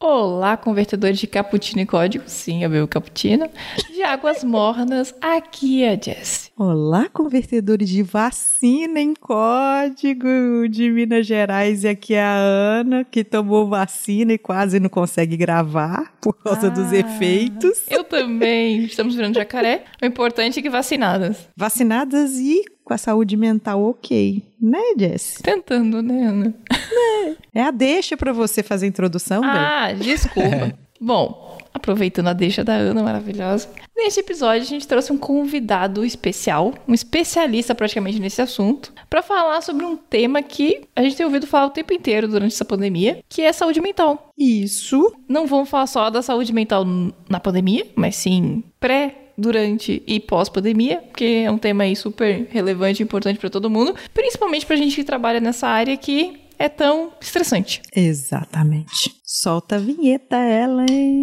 Olá, convertedores de cappuccino e código. Sim, eu bebo cappuccino. De águas mornas, aqui é a Jessie. Olá, convertedores de vacina em código de Minas Gerais. E aqui é a Ana, que tomou vacina e quase não consegue gravar por causa dos efeitos. Eu também. Estamos virando jacaré. O importante é que vacinadas. Vacinadas e com a saúde mental ok. Né, Jess? Tentando, né, Ana? É a deixa pra você fazer a introdução, velho. Desculpa. Bom, aproveitando a deixa da Ana maravilhosa, neste episódio a gente trouxe um convidado especial, um especialista praticamente nesse assunto, para falar sobre um tema que a gente tem ouvido falar o tempo inteiro durante essa pandemia, que é saúde mental. Isso. Não vamos falar só da saúde mental na pandemia, mas sim durante e pós-pandemia, porque é um tema aí super relevante e importante para todo mundo, principalmente pra gente que trabalha nessa área que é tão estressante. Exatamente. Solta a vinheta, Ellen.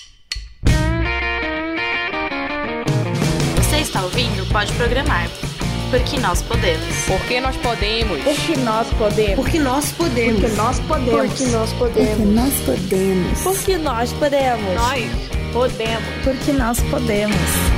Você está ouvindo Pode Programar. Porque nós podemos. Porque nós podemos. Porque nós podemos. Porque nós podemos. Porque nós podemos. Porque nós podemos. Porque nós podemos. Porque nós podemos. Nós podemos. Porque nós podemos.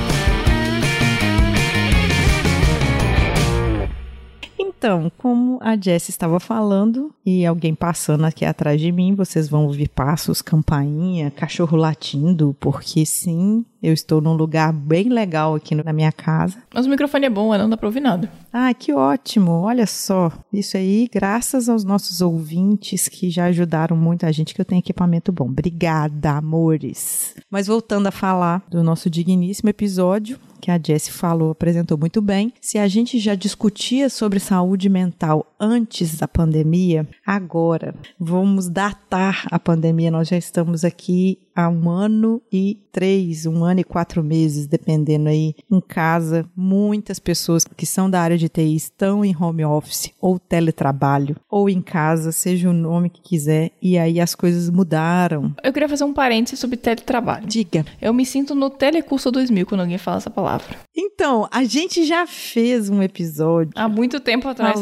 Então, como a Jessie estava falando, e alguém passando aqui atrás de mim, vocês vão ouvir passos, campainha, cachorro latindo, porque sim, eu estou num lugar bem legal aqui na minha casa. Mas o microfone é bom, não dá pra ouvir nada. Ah, que ótimo, olha só. Isso aí, graças aos nossos ouvintes que já ajudaram muito a gente, que eu tenho equipamento bom. Obrigada, amores. Mas voltando a falar do nosso digníssimo episódio, que a Jessie apresentou muito bem. Se a gente já discutia sobre saúde mental antes da pandemia, agora vamos datar a pandemia. Nós já estamos aqui há 1 ano e 4 meses, dependendo aí, em casa. Muitas pessoas que são da área de TI estão em home office ou teletrabalho, ou em casa, seja o nome que quiser, e aí as coisas mudaram. Eu queria fazer um parênteses sobre teletrabalho. Diga. Eu me sinto no Telecurso 2000 quando alguém fala essa palavra. Então, a gente já fez um episódio há muito tempo atrás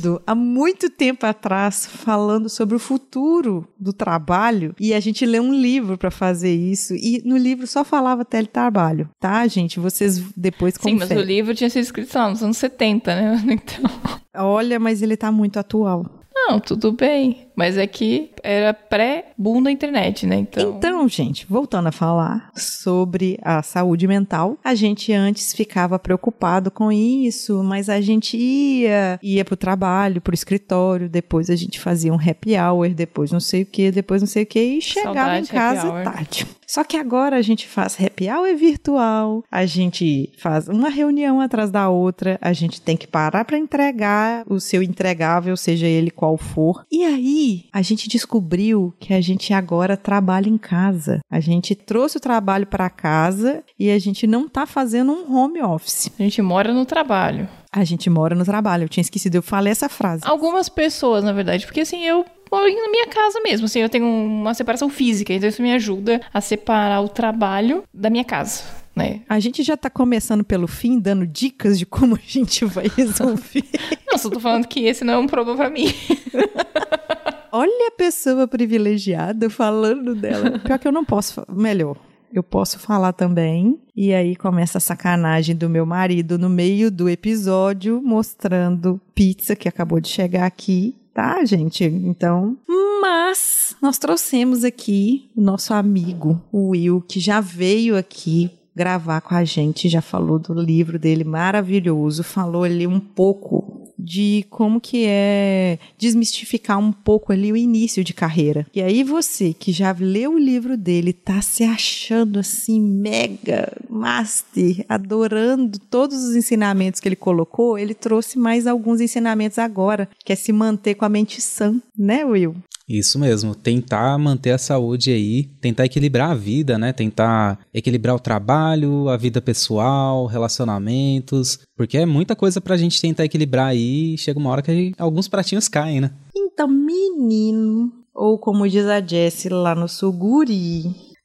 falando sobre o futuro do trabalho, e a gente leu um livro para fazer isso, e no livro só falava teletrabalho, tá, gente? Vocês depois conferem. Sim, mas o livro tinha sido escrito lá nos anos 70, né? Então... Olha, mas ele tá muito atual. Não, tudo bem, mas é que era pré-boom da internet, né? Então, gente, voltando a falar sobre a saúde mental, a gente antes ficava preocupado com isso, mas a gente ia pro trabalho, pro escritório, depois a gente fazia um happy hour, depois não sei o que, e chegava em casa tarde. Só que agora a gente faz happy hour virtual, a gente faz uma reunião atrás da outra, a gente tem que parar para entregar o seu entregável, seja ele qual for. E aí, a gente descobriu que a gente agora trabalha em casa. A gente trouxe o trabalho para casa e a gente não tá fazendo um home office. A gente mora no trabalho. A gente mora no trabalho. Eu tinha esquecido, eu falei essa frase. Algumas pessoas, na verdade, porque assim, eu moro na minha casa mesmo, assim, eu tenho uma separação física, então isso me ajuda a separar o trabalho da minha casa, né? A gente já tá começando pelo fim, dando dicas de como a gente vai resolver. Não, só tô falando que esse não é um problema pra mim. Olha a pessoa privilegiada falando dela. Pior que eu não posso, melhor. Eu posso falar também, e aí começa a sacanagem do meu marido no meio do episódio, mostrando pizza que acabou de chegar aqui, tá, gente? Então, mas nós trouxemos aqui o nosso amigo, o Will, que já veio aqui gravar com a gente, já falou do livro dele maravilhoso, falou ali um pouco de como que é desmistificar um pouco ali o início de carreira. E aí você que já leu o livro dele, tá se achando assim mega master, adorando todos os ensinamentos que ele colocou, ele trouxe mais alguns ensinamentos agora, que é se manter com a mente sã, né, Will? Isso mesmo, tentar manter a saúde aí, tentar equilibrar a vida, né? Tentar equilibrar o trabalho, a vida pessoal, relacionamentos, porque é muita coisa pra gente tentar equilibrar aí e chega uma hora que alguns pratinhos caem, né? Então, menino, ou como diz a Jessie lá no Suguri,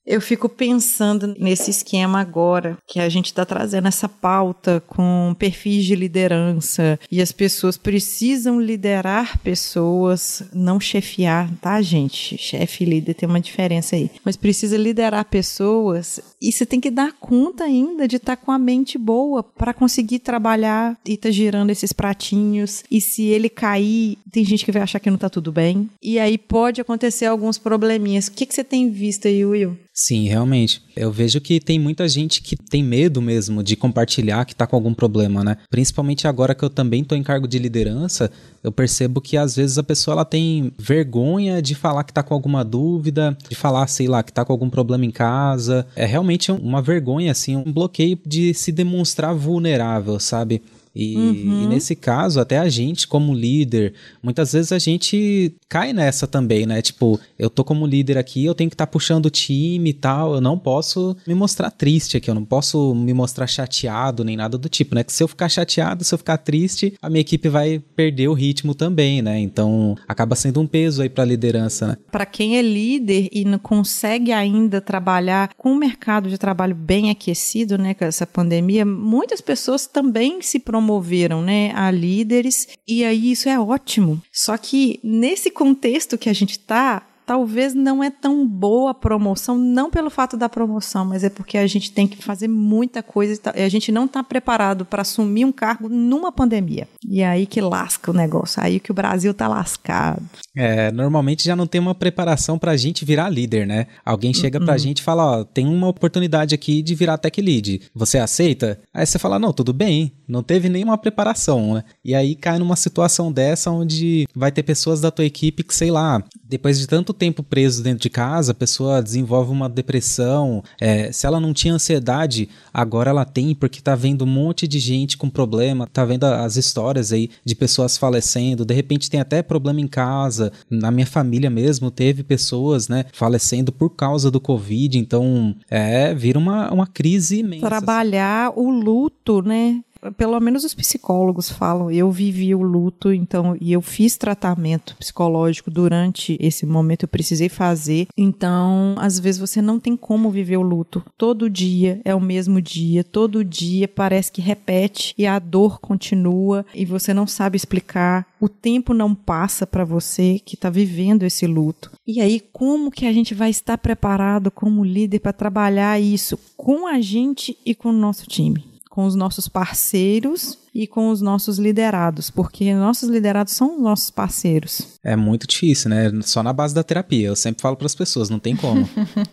Eu fico pensando nesse esquema agora, que a gente está trazendo essa pauta com perfis de liderança e as pessoas precisam liderar pessoas, não chefiar, tá, gente? Chefe e líder tem uma diferença aí. Mas precisa liderar pessoas e você tem que dar conta ainda de estar com a mente boa para conseguir trabalhar e tá girando esses pratinhos. E se ele cair, tem gente que vai achar que não tá tudo bem. E aí pode acontecer alguns probleminhas. O que você tem visto aí, Will? Sim, realmente. Eu vejo que tem muita gente que tem medo mesmo de compartilhar que tá com algum problema, né? Principalmente agora que eu também tô em cargo de liderança, eu percebo que às vezes a pessoa ela tem vergonha de falar que tá com alguma dúvida, de falar, sei lá, que tá com algum problema em casa. É realmente uma vergonha, assim, um bloqueio de se demonstrar vulnerável, sabe? E nesse caso, até a gente como líder, muitas vezes a gente cai nessa também, né? Tipo, eu tô como líder aqui, eu tenho que estar puxando o time e tal, eu não posso me mostrar triste aqui, eu não posso me mostrar chateado nem nada do tipo, né? Que se eu ficar chateado, se eu ficar triste, a minha equipe vai perder o ritmo também, né? Então, acaba sendo um peso aí pra liderança, né? Para quem é líder e não consegue ainda trabalhar com um mercado de trabalho bem aquecido, né, com essa pandemia, muitas pessoas também se promoveram, né, a líderes, e aí isso é ótimo. Só que nesse contexto que a gente tá, talvez não é tão boa a promoção, não pelo fato da promoção, mas é porque a gente tem que fazer muita coisa e a gente não está preparado para assumir um cargo numa pandemia. E é aí que lasca o negócio, aí que o Brasil tá lascado. Normalmente já não tem uma preparação pra gente virar líder, né? Alguém chega pra gente e fala, ó, tem uma oportunidade aqui de virar tech lead. Você aceita? Aí você fala, não, tudo bem, não teve nenhuma preparação, né? E aí cai numa situação dessa onde vai ter pessoas da tua equipe que, sei lá, depois de tanto tempo preso dentro de casa, a pessoa desenvolve uma depressão. Se ela não tinha ansiedade, agora ela tem, porque tá vendo um monte de gente com problema, tá vendo as histórias aí de pessoas falecendo, de repente tem até problema em casa. Na minha família mesmo teve pessoas, né, falecendo por causa do Covid, então vira uma crise imensa. Trabalhar o luto, né? Pelo menos os psicólogos falam, eu vivi o luto, então, e eu fiz tratamento psicológico durante esse momento, eu precisei fazer, então, às vezes você não tem como viver o luto. Todo dia é o mesmo dia, todo dia parece que repete e a dor continua e você não sabe explicar, o tempo não passa para você que está vivendo esse luto. E aí, como que a gente vai estar preparado como líder para trabalhar isso com a gente e com o nosso time? Com os nossos parceiros e com os nossos liderados, porque nossos liderados são os nossos parceiros. É muito difícil, né? Só na base da terapia. Eu sempre falo para as pessoas, não tem como.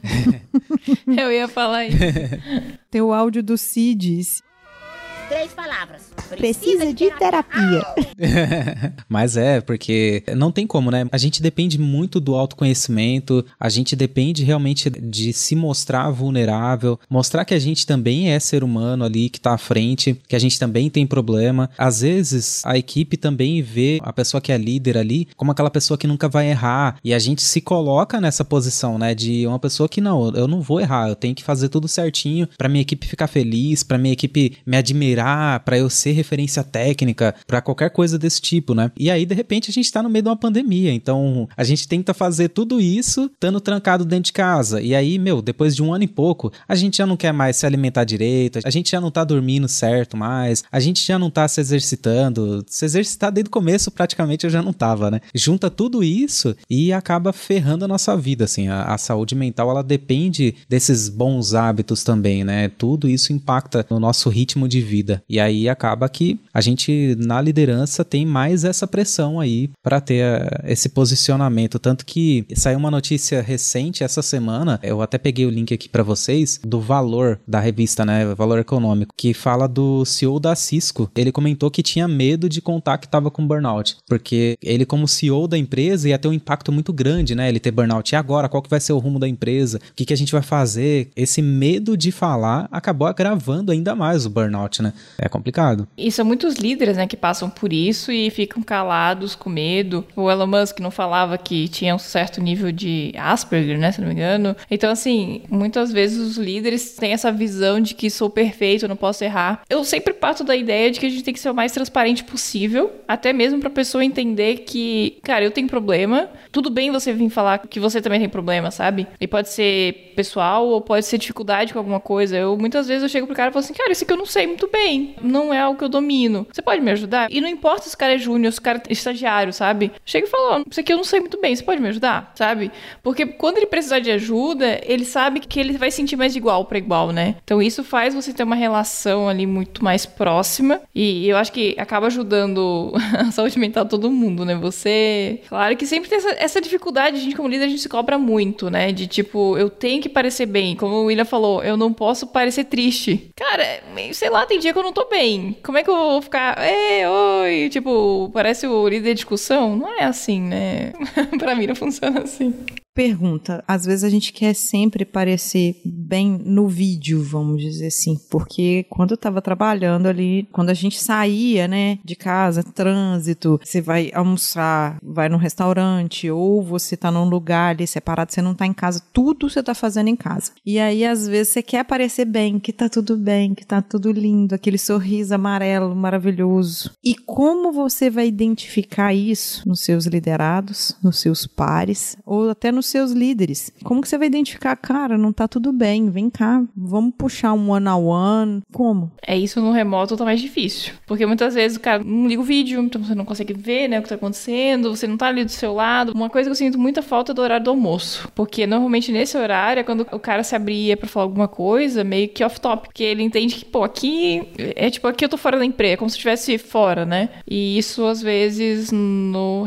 Eu ia falar isso. Tem o áudio do Cides. 3 palavras. Precisa de terapia. Mas porque não tem como, né? A gente depende muito do autoconhecimento, a gente depende realmente de se mostrar vulnerável, mostrar que a gente também é ser humano ali, que tá à frente, que a gente também tem problema. Às vezes, a equipe também vê a pessoa que é líder ali como aquela pessoa que nunca vai errar, e a gente se coloca nessa posição, né? De uma pessoa que não, eu não vou errar, eu tenho que fazer tudo certinho pra minha equipe ficar feliz, pra minha equipe me admirar, para eu ser referência técnica, para qualquer coisa desse tipo, né? E aí, de repente, a gente tá no meio de uma pandemia, então a gente tenta fazer tudo isso estando trancado dentro de casa. E aí, depois de 1 ano e pouco, a gente já não quer mais se alimentar direito, a gente já não tá dormindo certo mais, a gente já não tá se exercitando. Se exercitar desde o começo, praticamente eu já não tava, né? Junta tudo isso e acaba ferrando a nossa vida, assim. A saúde mental, ela depende desses bons hábitos também, né? Tudo isso impacta no nosso ritmo de vida. E aí acaba que a gente na liderança tem mais essa pressão aí para ter esse posicionamento, tanto que saiu uma notícia recente essa semana, eu até peguei o link aqui para vocês, do Valor, da revista, né, Valor Econômico, que fala do CEO da Cisco. Ele comentou que tinha medo de contar que estava com burnout, porque ele como CEO da empresa ia ter um impacto muito grande, né, ele ter burnout. E agora, qual que vai ser o rumo da empresa? O que a gente vai fazer? Esse medo de falar acabou agravando ainda mais o burnout, né? É complicado. E são muitos líderes, né, que passam por isso e ficam calados, com medo. O Elon Musk não falava que tinha um certo nível de Asperger, né, se não me engano. Então, assim, muitas vezes os líderes têm essa visão de que sou perfeito, não posso errar. Eu sempre parto da ideia de que a gente tem que ser o mais transparente possível, até mesmo pra pessoa entender que, cara, eu tenho problema, tudo bem você vir falar que você também tem problema, sabe? E pode ser pessoal ou pode ser dificuldade com alguma coisa. Muitas vezes eu chego pro cara e falo assim, cara, isso aqui eu não sei muito bem, não é algo que eu domino. Você pode me ajudar? E não importa se o cara é júnior, se o cara é estagiário, sabe? Chega e fala, ó, isso aqui eu não sei muito bem, você pode me ajudar? Sabe? Porque quando ele precisar de ajuda, ele sabe que ele vai sentir mais de igual pra igual, né? Então isso faz você ter uma relação ali muito mais próxima e eu acho que acaba ajudando a saúde mental de todo mundo, né? Você... Claro que sempre tem essa dificuldade, a gente como líder, a gente se cobra muito, né? De tipo, eu tenho que parecer bem. Como o William falou, eu não posso parecer triste. Cara, sei lá, tem dia que eu não tô bem. Como é que eu vou ficar... Oi! Tipo, parece o líder de discussão? Não é assim, né? Pra mim não funciona assim. Pergunta, às vezes a gente quer sempre parecer bem no vídeo, vamos dizer assim, porque quando eu tava trabalhando ali, quando a gente saía, né, de casa, trânsito, você vai almoçar, vai num restaurante, ou você tá num lugar ali separado, você não tá em casa, tudo você tá fazendo em casa. E aí, às vezes, você quer parecer bem, que tá tudo bem, que tá tudo lindo, aquele sorriso amarelo, maravilhoso. E como você vai identificar isso nos seus liderados, nos seus pares, ou até nos seus líderes? Como que você vai identificar, cara, não tá tudo bem, vem cá, vamos puxar um one-on-one, como? Isso no remoto tá mais difícil, porque muitas vezes o cara não liga o vídeo, então você não consegue ver, né, o que tá acontecendo, você não tá ali do seu lado. Uma coisa que eu sinto muita falta é do horário do almoço, porque normalmente nesse horário é quando o cara se abria pra falar alguma coisa, meio que off-topic, porque ele entende que, pô, aqui eu tô fora da empresa, é como se eu estivesse fora, né, e isso às vezes no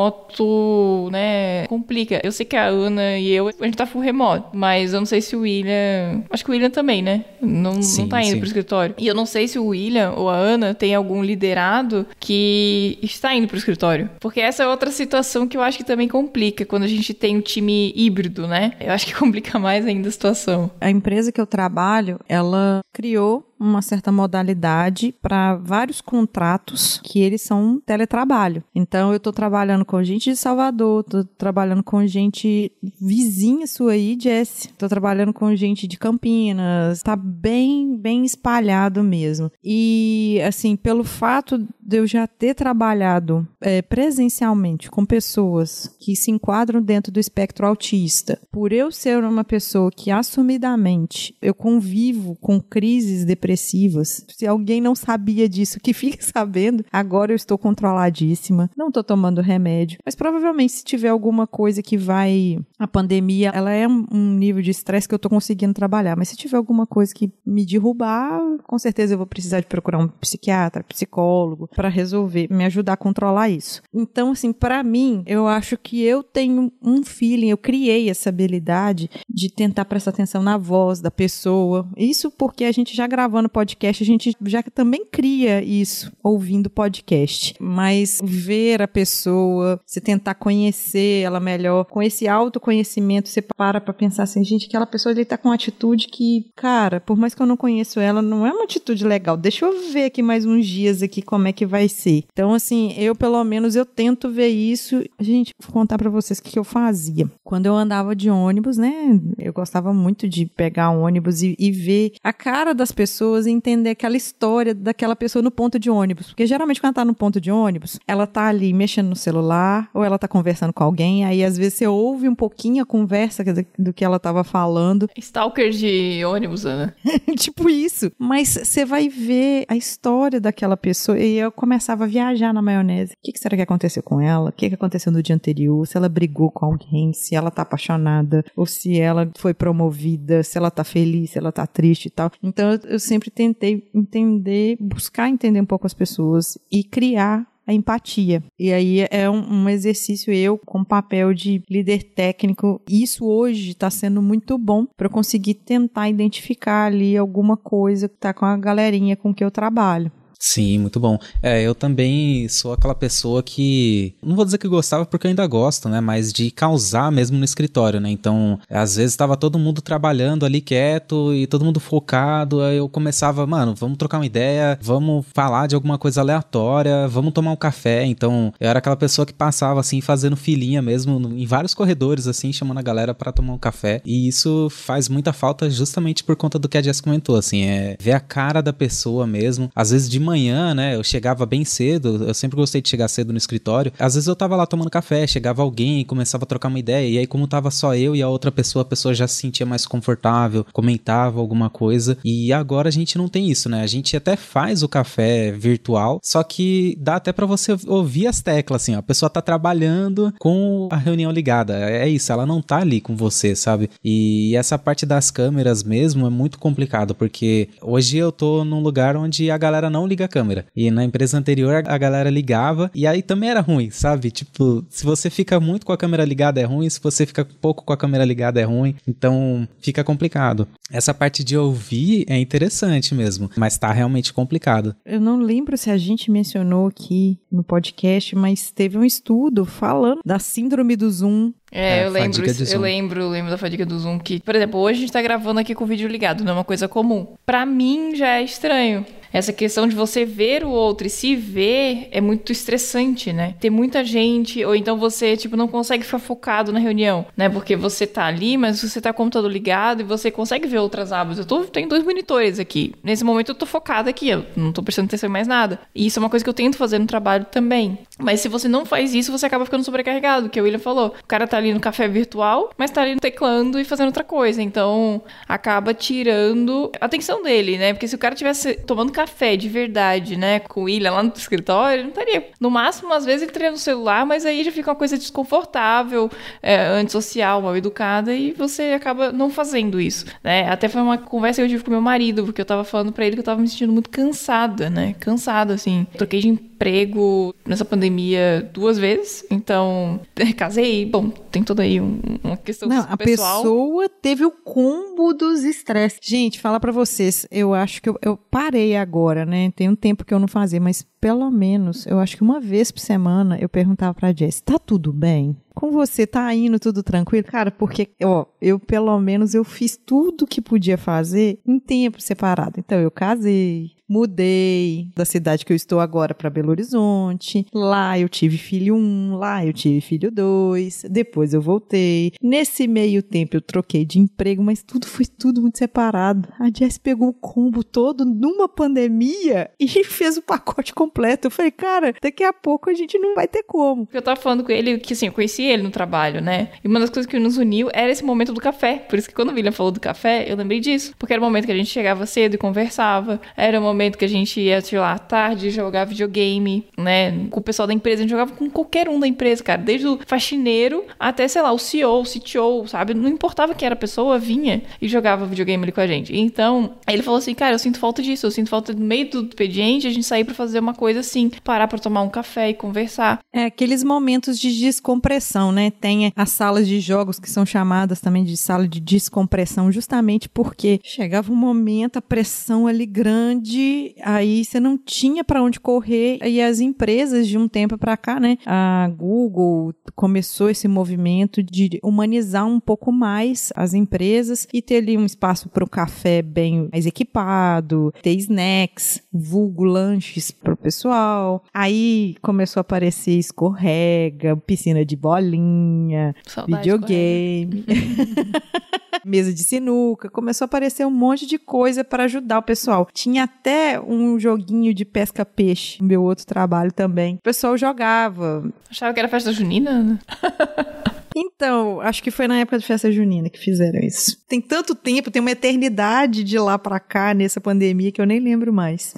remoto, né, complica. Eu sei que a Ana e a gente tá full remoto, mas eu não sei se o William... Acho que o William também, né? Não tá indo pro escritório. E eu não sei se o William ou a Ana tem algum liderado que está indo pro escritório. Porque essa é outra situação que eu acho que também complica, quando a gente tem um time híbrido, né? Eu acho que complica mais ainda a situação. A empresa que eu trabalho, ela criou uma certa modalidade para vários contratos que eles são teletrabalho. Então, eu estou trabalhando com gente de Salvador, estou trabalhando com gente vizinha sua aí, Jess. Estou trabalhando com gente de Campinas. Está bem, bem espalhado mesmo. E, assim, pelo fato de eu já ter trabalhado presencialmente com pessoas que se enquadram dentro do espectro autista, por eu ser uma pessoa que assumidamente eu convivo com crises depressivas, se alguém não sabia disso, que fique sabendo, agora eu estou controladíssima, não estou tomando remédio, mas provavelmente se tiver alguma coisa que vai... A pandemia, ela é um nível de estresse que eu estou conseguindo trabalhar, mas se tiver alguma coisa que me derrubar, com certeza eu vou precisar de procurar um psiquiatra, psicólogo, para resolver, me ajudar a controlar isso. Então, assim, para mim, eu acho que eu tenho um feeling, eu criei essa habilidade de tentar prestar atenção na voz da pessoa. Isso porque a gente já gravando podcast, a gente já também cria isso, ouvindo podcast. Mas ver a pessoa, você tentar conhecer ela melhor, com esse autoconhecimento, você para pra pensar assim, gente, aquela pessoa ali tá com uma atitude que, cara, por mais que eu não conheço ela, não é uma atitude legal. Deixa eu ver aqui mais uns dias aqui como é que vai ser. Então, assim, eu pelo menos eu tento ver isso. Gente, vou contar pra vocês o que eu fazia. Quando eu andava de ônibus, né, eu gostava muito de pegar ônibus e ver a cara das pessoas e entender aquela história daquela pessoa no ponto de ônibus. Porque geralmente quando ela tá no ponto de ônibus, ela tá ali mexendo no celular ou ela tá conversando com alguém, aí às vezes você ouve um pouquinho a conversa do que ela tava falando. Stalker de ônibus, Ana. Tipo isso. Mas você vai ver a história daquela pessoa e eu começava a viajar na maionese. O que será que aconteceu com ela? O que aconteceu no dia anterior? Se ela brigou com alguém, se ela tá apaixonada ou se ela foi promovida, se ela tá feliz, se ela tá triste e tal. Então eu sempre tentei entender, buscar entender um pouco as pessoas e criar a empatia. E aí é um exercício eu com papel de líder técnico. Isso hoje está sendo muito bom para eu conseguir tentar identificar ali alguma coisa que está com a galerinha com que eu trabalho. Sim, muito bom. Eu também sou aquela pessoa que, não vou dizer que gostava porque eu ainda gosto, né, mas de causar mesmo no escritório, né, então, às vezes tava todo mundo trabalhando ali quieto e todo mundo focado, aí eu começava, mano, vamos trocar uma ideia, vamos falar de alguma coisa aleatória, vamos tomar um café, então, eu era aquela pessoa que passava, assim, fazendo filinha mesmo, em vários corredores, assim, chamando a galera pra tomar um café, e isso faz muita falta justamente por conta do que a Jess comentou, assim, ver a cara da pessoa mesmo, às vezes de manhã, né, eu chegava bem cedo, eu sempre gostei de chegar cedo no escritório, às vezes eu tava lá tomando café, chegava alguém, começava a trocar uma ideia, e aí como tava só eu e a outra pessoa, a pessoa já se sentia mais confortável, comentava alguma coisa, e agora a gente não tem isso, né, a gente até faz o café virtual, só que dá até pra você ouvir as teclas, assim, ó, a pessoa tá trabalhando com a reunião ligada, é isso, ela não tá ali com você, sabe, e essa parte das câmeras mesmo é muito complicado, porque hoje eu tô num lugar onde a galera não liga a câmera. E na empresa anterior a galera ligava e aí também era ruim, sabe? Tipo, se você fica muito com a câmera ligada é ruim, se você fica pouco com a câmera ligada é ruim, então fica complicado. Essa parte de ouvir é interessante mesmo, mas tá realmente complicado. Eu não lembro se a gente mencionou aqui no podcast, mas teve um estudo falando da síndrome do Zoom. Eu lembro da fadiga do Zoom, que, por exemplo, hoje a gente tá gravando aqui com o vídeo ligado, não é uma coisa comum. Pra mim já é estranho. Essa questão de você ver o outro e se ver é muito estressante, né? Tem muita gente, ou então você, tipo, não consegue ficar focado na reunião, né? Porque você tá ali, mas você tá com o computador ligado e você consegue ver outras abas. Tenho 2 monitores aqui. Nesse momento eu tô focada aqui, eu não tô prestando atenção em mais nada. E isso é uma coisa que eu tento fazer no trabalho também. Mas se você não faz isso, você acaba ficando sobrecarregado, que o William falou. O cara tá ali no café virtual, mas tá ali teclando e fazendo outra coisa. Então, acaba tirando a atenção dele, né? Porque se o cara tivesse tomando café de verdade, né, com o William lá no escritório, ele não estaria. No máximo, às vezes, ele estaria no celular, mas aí já fica uma coisa desconfortável, antissocial, mal educada, e você acaba não fazendo isso, né? Até foi uma conversa que eu tive com meu marido, porque eu tava falando pra ele que eu tava me sentindo muito cansada, né? Cansada, assim. Troquei de emprego nessa pandemia 2 vezes, então casei, bom, tem toda aí uma questão pessoal. A pessoa teve o combo dos estresses. Gente, falar pra vocês, eu acho que eu parei agora, né? Tem um tempo que eu não fazia, mas pelo menos, eu acho que uma vez por semana eu perguntava pra Jess, tá tudo bem? Com você, tá indo tudo tranquilo? Cara, porque, eu pelo menos eu fiz tudo que podia fazer em tempo separado. Então, eu casei, mudei da cidade que eu estou agora para Belo Horizonte. Lá eu tive filho 1, lá eu tive filho 2. Depois eu voltei. Nesse meio tempo eu troquei de emprego, mas foi tudo muito separado. A Jess pegou o combo todo numa pandemia e fez o pacote completo. Eu falei, cara, daqui a pouco a gente não vai ter como. Eu tava falando com ele que, assim, eu conheci ele no trabalho, né? E uma das coisas que nos uniu era esse momento do café. Por isso que quando o William falou do café, eu lembrei disso. Porque era o momento que a gente chegava cedo e conversava. Era o momento que a gente ia, sei lá, à tarde jogar videogame, né? Com o pessoal da empresa. A gente jogava com qualquer um da empresa, cara. Desde o faxineiro até, sei lá, o CEO, o CTO, sabe? Não importava quem era a pessoa, vinha e jogava videogame ali com a gente. Então, ele falou assim, cara, eu sinto falta disso. Eu sinto falta no meio do expediente a gente sair pra fazer uma coisa assim. Parar pra tomar um café e conversar. Aqueles momentos de descompressão, né? Tem as salas de jogos que são chamadas também de sala de descompressão, justamente porque chegava um momento, a pressão ali grande, aí você não tinha para onde correr, e as empresas de um tempo para cá, né? A Google começou esse movimento de humanizar um pouco mais as empresas e ter ali um espaço para o café bem mais equipado, ter snacks, vulgo lanches para o pessoal. Aí começou a aparecer escorrega, piscina de bolinha, saudade, videogame, mesa de sinuca, começou a aparecer um monte de coisa para ajudar o pessoal. Tinha até um joguinho de pesca-peixe no meu outro trabalho também. O pessoal jogava. Achava que era festa junina? Então, acho que foi na época de festa junina que fizeram isso. Tem tanto tempo, tem uma eternidade de lá pra cá nessa pandemia que eu nem lembro mais.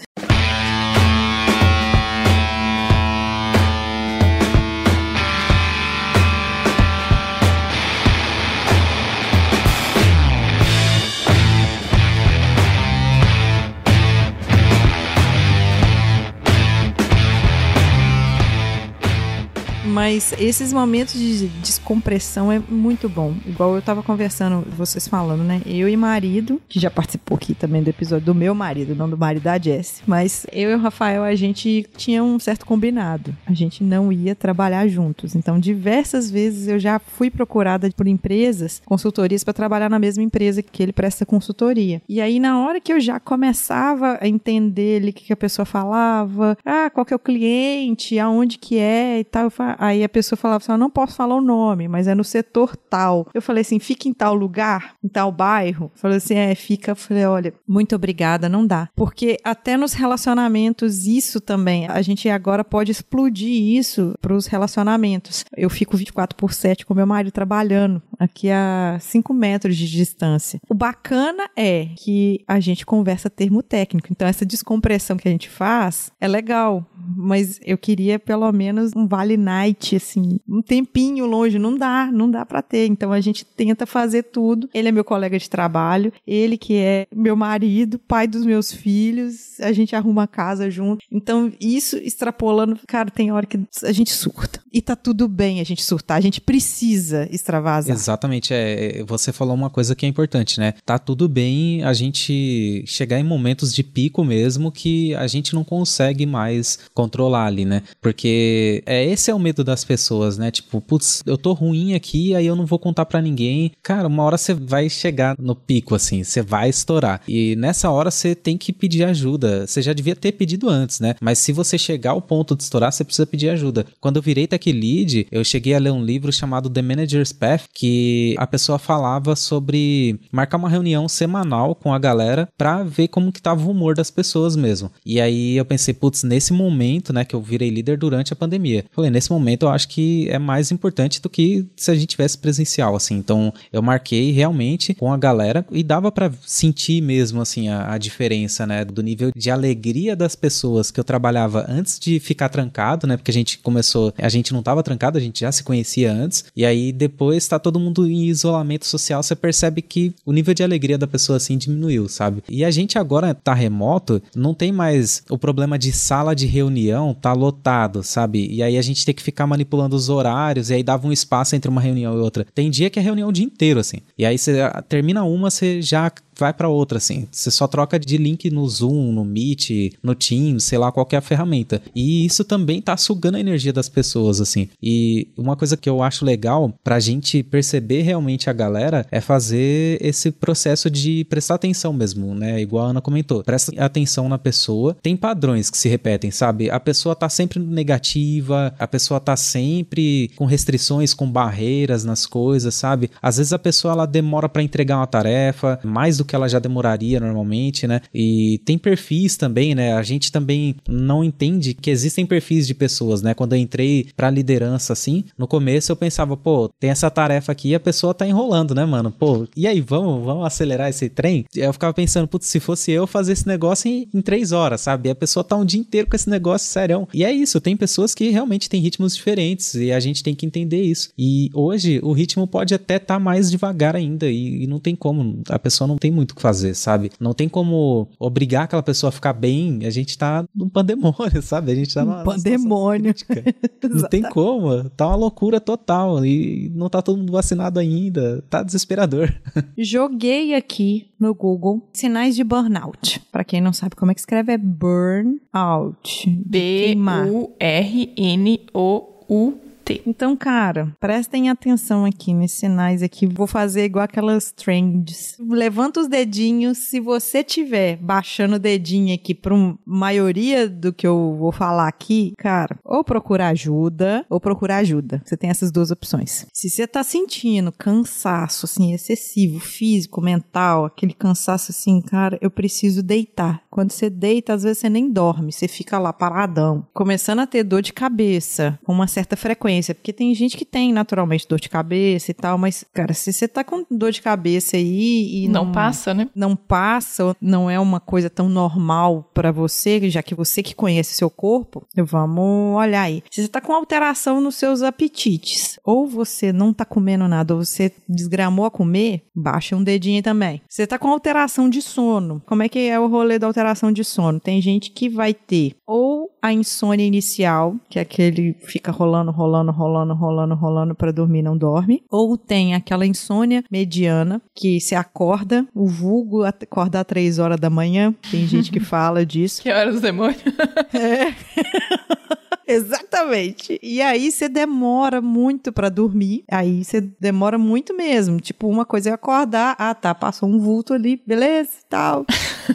Mas esses momentos de descompressão é muito bom. Igual eu tava conversando, vocês falando, né? Eu e marido, que já participou aqui também do episódio do meu marido, não do marido da Jessie. Mas eu e o Rafael, a gente tinha um certo combinado. A gente não ia trabalhar juntos. Então, diversas vezes eu já fui procurada por empresas, consultorias, para trabalhar na mesma empresa que ele presta consultoria. E aí, na hora que eu já começava a entender ali o que a pessoa falava, qual que é o cliente, aonde que é e tal, aí a pessoa falava assim, eu não posso falar o nome, mas é no setor tal. Eu falei assim, fica em tal lugar, em tal bairro? Falei assim, fica. Eu falei, olha, muito obrigada, não dá. Porque até nos relacionamentos, isso também, a gente agora pode explodir isso para os relacionamentos. Eu fico 24/7 com meu marido trabalhando aqui a 5 metros de distância. O bacana é que a gente conversa termo técnico, então essa descompressão que a gente faz é legal, mas eu queria pelo menos um vale night, assim, um tempinho longe, não dá pra ter, então a gente tenta fazer tudo. Ele é meu colega de trabalho, ele que é meu marido, pai dos meus filhos, a gente arruma a casa junto, então isso extrapolando, cara, tem hora que a gente surta, e tá tudo bem a gente surtar, a gente precisa extravasar. Exatamente, você falou uma coisa que é importante, né? Tá tudo bem a gente chegar em momentos de pico mesmo que a gente não consegue mais controlar ali, né? Porque esse é o medo das pessoas, né? Tipo, putz, eu tô ruim aqui, aí eu não vou contar pra ninguém. Cara, uma hora você vai chegar no pico, assim, você vai estourar. E nessa hora você tem que pedir ajuda. Você já devia ter pedido antes, né? Mas se você chegar ao ponto de estourar, você precisa pedir ajuda. Quando eu virei Tech Lead, eu cheguei a ler um livro chamado The Manager's Path, que a pessoa falava sobre marcar uma reunião semanal com a galera pra ver como que tava o humor das pessoas mesmo. E aí eu pensei, putz, nesse momento, né, que eu virei líder durante a pandemia. Falei, nesse momento eu acho que é mais importante do que se a gente tivesse presencial, assim. Então eu marquei realmente com a galera e dava pra sentir mesmo, assim, a diferença, né, do nível de alegria das pessoas que eu trabalhava antes de ficar trancado, né, porque a gente não tava trancado, a gente já se conhecia antes, e aí depois tá todo mundo em isolamento social, você percebe que o nível de alegria da pessoa, assim, diminuiu, sabe? E a gente agora tá remoto, não tem mais o problema de sala de reunião tá lotado, sabe? E aí a gente tem que ficar manipulando os horários, e aí dava um espaço entre uma reunião e outra. Tem dia que é reunião o dia inteiro, assim. E aí você termina uma, você já vai pra outra, assim. Você só troca de link no Zoom, no Meet, no Teams, sei lá, qualquer ferramenta. E isso também tá sugando a energia das pessoas, assim. E uma coisa que eu acho legal pra gente perceber realmente a galera é fazer esse processo de prestar atenção mesmo, né? Igual a Ana comentou. Presta atenção na pessoa. Tem padrões que se repetem, sabe? A pessoa tá sempre negativa, a pessoa tá sempre com restrições, com barreiras nas coisas, sabe? Às vezes a pessoa, ela demora pra entregar uma tarefa, mais do que ela já demoraria normalmente, né? E tem perfis também, né? A gente também não entende que existem perfis de pessoas, né? Quando eu entrei pra liderança, assim, no começo eu pensava, pô, tem essa tarefa aqui e a pessoa tá enrolando, né, mano? Pô, e aí, vamos acelerar esse trem? Eu ficava pensando, putz, se fosse eu fazer esse negócio em 3 horas, sabe? E a pessoa tá um dia inteiro com esse negócio serião. E é isso, tem pessoas que realmente têm ritmos diferentes e a gente tem que entender isso. E hoje o ritmo pode até estar mais devagar ainda e não tem como, a pessoa não tem muito o que fazer, sabe? Não tem como obrigar aquela pessoa a ficar bem, a gente tá num pandemônio, sabe? A gente tá numa pandemônio. Não tem como, tá uma loucura total e não tá todo mundo vacinado ainda, tá desesperador. Joguei aqui no Google sinais de burnout. Pra quem não sabe como é que escreve, é burnout. B-U-R-N-O-U-T. Então, cara, prestem atenção aqui nesses sinais aqui. Vou fazer igual aquelas trends. Levanta os dedinhos. Se você tiver baixando o dedinho aqui pra maioria do que eu vou falar aqui, cara, ou procurar ajuda, ou procurar ajuda. Você tem essas duas opções. Se você tá sentindo cansaço, assim, excessivo, físico, mental, aquele cansaço assim, cara, eu preciso deitar. Quando você deita, às vezes você nem dorme, você fica lá paradão. Começando a ter dor de cabeça com uma certa frequência, porque tem gente que tem naturalmente dor de cabeça e tal, mas, cara, se você tá com dor de cabeça aí e não passa, né? Não passa, não é uma coisa tão normal pra você, já que você que conhece seu corpo, vamos olhar aí. Se você tá com alteração nos seus apetites, ou você não tá comendo nada, ou você desgramou a comer, baixa um dedinho aí também. Você tá com alteração de sono, como é que é o rolê da alteração de sono? Tem gente que vai ter ou a insônia inicial, que é aquele fica rolando pra dormir e não dorme. Ou tem aquela insônia mediana, que se acorda, o vulgo acordar 3 horas da manhã. Tem gente que fala disso. Que hora dos demônios? É. Exatamente. E aí você demora muito pra dormir. Aí você demora muito mesmo. Tipo, uma coisa é acordar. Ah, tá, passou um vulto ali, beleza, tal.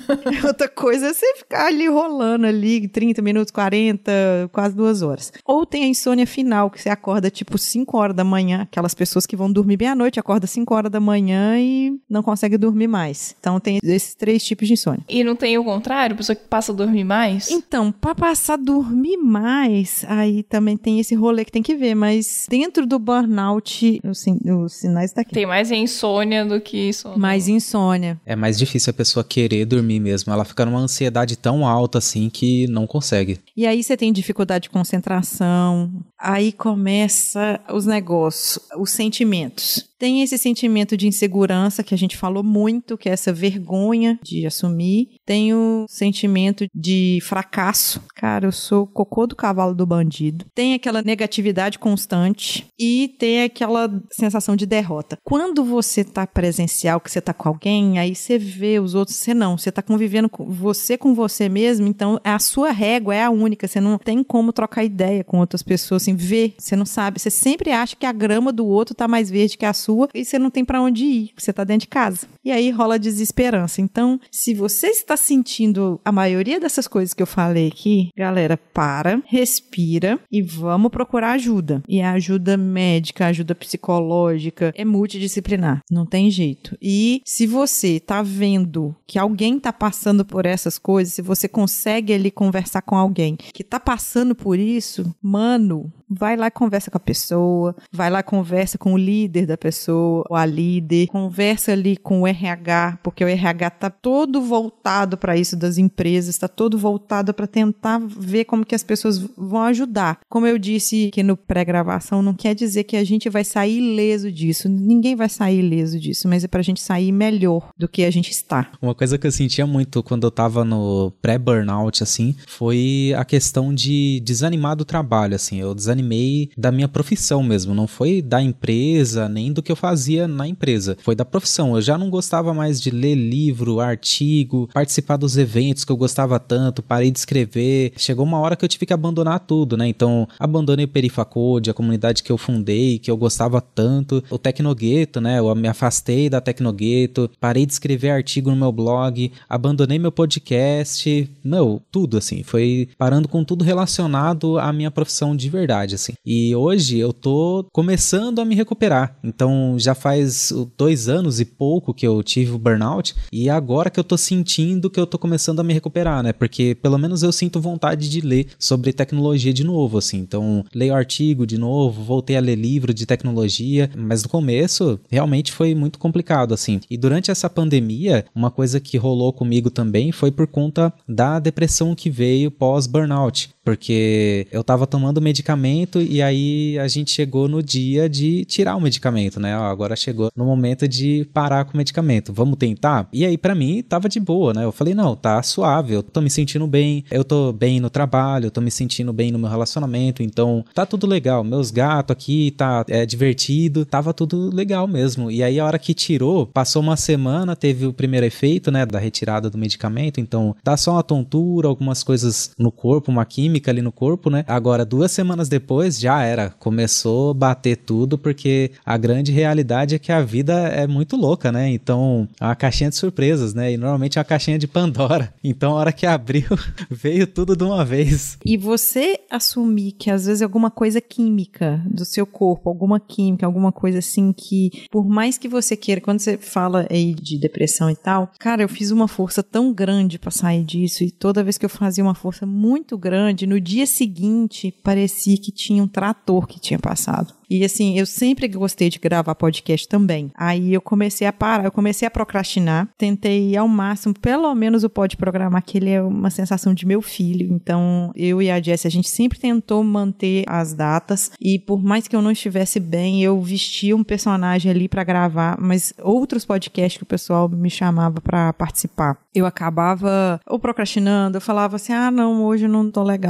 Outra coisa é você ficar ali rolando ali 30 minutos, 40, quase 2 horas. Ou tem a insônia final, que você acorda tipo 5 horas da manhã. Aquelas pessoas que vão dormir bem à noite, acorda 5 horas da manhã e não consegue dormir mais. Então tem esses 3 tipos de insônia. E não tem o contrário? Pessoa que passa a dormir mais? Então, pra passar a dormir mais, aí também tem esse rolê que tem que ver, mas dentro do burnout, os sinais daqui. Tem mais insônia do que sono. Mais insônia. É mais difícil a pessoa querer dormir mesmo. Ela fica numa ansiedade tão alta assim que não consegue. E aí você tem dificuldade de concentração, aí começa os negócios, os sentimentos. Tem esse sentimento de insegurança que a gente falou muito, que é essa vergonha de assumir. Tem o sentimento de fracasso. Cara, eu sou o cocô do cavalo do bandido. Tem aquela negatividade constante e tem aquela sensação de derrota. Quando você tá presencial, que você tá com alguém, aí você vê os outros, você tá convivendo com você mesmo, então a sua régua é a única, você não tem como trocar ideia com outras pessoas, assim, ver, você não sabe, você sempre acha que a grama do outro tá mais verde que a sua e você não tem pra onde ir, você tá dentro de casa. E aí rola desesperança. Então, se você está sentindo a maioria dessas coisas que eu falei aqui, galera, para, respira e vamos procurar ajuda. E a ajuda médica, a ajuda psicológica é multidisciplinar, não tem jeito. E se você tá vendo que alguém tá passando por essas coisas, se você consegue ali conversar com alguém que tá passando por isso, mano, vai lá e conversa com a pessoa, vai lá e conversa com o líder da pessoa, ou a líder, conversa ali com o RH, porque o RH tá todo voltado para isso das empresas, tá todo voltado para tentar ver como que as pessoas vão ajudar. Como eu disse aqui no pré-gravação, não quer dizer que a gente vai sair ileso disso, ninguém vai sair ileso disso, mas é pra gente sair melhor do que a gente está. Uma coisa que eu sentia muito quando eu tava no pré-burnout, assim, foi a questão de desanimar do trabalho, assim, eu desanimei da minha profissão mesmo, não foi da empresa, nem do que eu fazia na empresa, foi da profissão. Eu já não gostava mais de ler livro, artigo, participar dos eventos que eu gostava tanto, parei de escrever, chegou uma hora que eu tive que abandonar tudo, né, então abandonei o Perifacode, a comunidade que eu fundei, que eu gostava tanto, o Tecnogueto, né, eu me afastei da Tecnogueto, parei de escrever artigo no meu blog, abandonei meu podcast, tudo assim, foi parando com tudo relacionado à minha profissão de verdade, assim. E hoje eu tô começando a me recuperar, então já faz 2 anos e pouco que eu tive o burnout e agora que eu tô sentindo que eu tô começando a me recuperar, né, porque pelo menos eu sinto vontade de ler sobre tecnologia de novo, assim, então leio artigo de novo, voltei a ler livro de tecnologia, mas no começo realmente foi muito complicado, assim, e durante essa pandemia, uma coisa que rolou comigo também foi por conta da depressão que veio pós-burnout, porque eu tava tomando medicamento e aí a gente chegou no dia de tirar o medicamento, né? Agora chegou no momento de parar com o medicamento. Vamos tentar? E aí pra mim tava de boa, né? Eu falei, não, tá suave, eu tô me sentindo bem, eu tô bem no trabalho, eu tô me sentindo bem no meu relacionamento, então tá tudo legal. Meus gatos aqui tá divertido, tava tudo legal mesmo. E aí a hora que tirou, passou uma semana, teve o primeiro efeito, né, da retirada do medicamento, então dá só uma tontura, algumas coisas no corpo, uma química ali no corpo, né? Agora 2 semanas depois já era, começou a bater tudo, porque a grande realidade é que a vida é muito louca, né? Então é uma caixinha de surpresas, né? E normalmente é uma caixinha de Pandora. Então a hora que abriu, veio tudo de uma vez. E você assumir que às vezes alguma coisa química do seu corpo, alguma química, alguma coisa assim que, por mais que você queira, quando você fala aí de depressão e tal, cara, eu fiz uma força tão grande pra sair disso e toda vez que eu fazia uma força muito grande, no dia seguinte parecia que tinha um trator que tinha passado. E assim, eu sempre gostei de gravar podcast também. Aí eu comecei a parar, eu comecei a procrastinar, tentei ir ao máximo, pelo menos o Pode Programar, que ele é uma sensação de meu filho. Então, eu e a Jessie, a gente sempre tentou manter as datas e por mais que eu não estivesse bem, eu vestia um personagem ali pra gravar, mas outros podcasts que o pessoal me chamava pra participar, eu acabava ou procrastinando, eu falava assim, não, hoje eu não tô legal,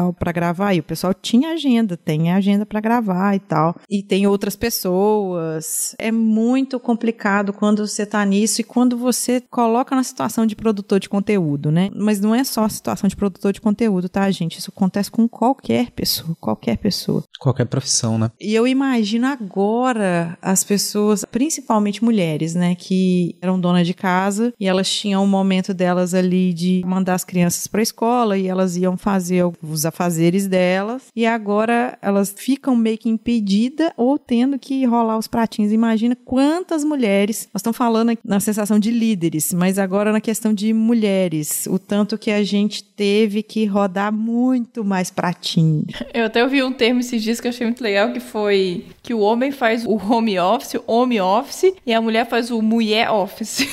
tal pra gravar. E o pessoal tinha agenda, tem agenda pra gravar e tal. E tem outras pessoas. É muito complicado quando você tá nisso e quando você coloca na situação de produtor de conteúdo, né? Mas não é só a situação de produtor de conteúdo, tá, gente? Isso acontece com qualquer pessoa, qualquer pessoa. Qualquer profissão, né? E eu imagino agora as pessoas, principalmente mulheres, né, que eram donas de casa e elas tinham um momento delas ali de mandar as crianças para a escola e elas iam fazer os afazeres delas e agora elas ficam meio que impedidas ou tendo que rolar os pratinhos. Imagina quantas mulheres, nós estamos falando aqui na sensação de líderes, mas agora na questão de mulheres, o tanto que a gente teve que rodar muito mais pratinho. Eu até ouvi um termo esses dias que eu achei muito legal, que foi que o homem faz o home office, e a mulher faz o mulher office.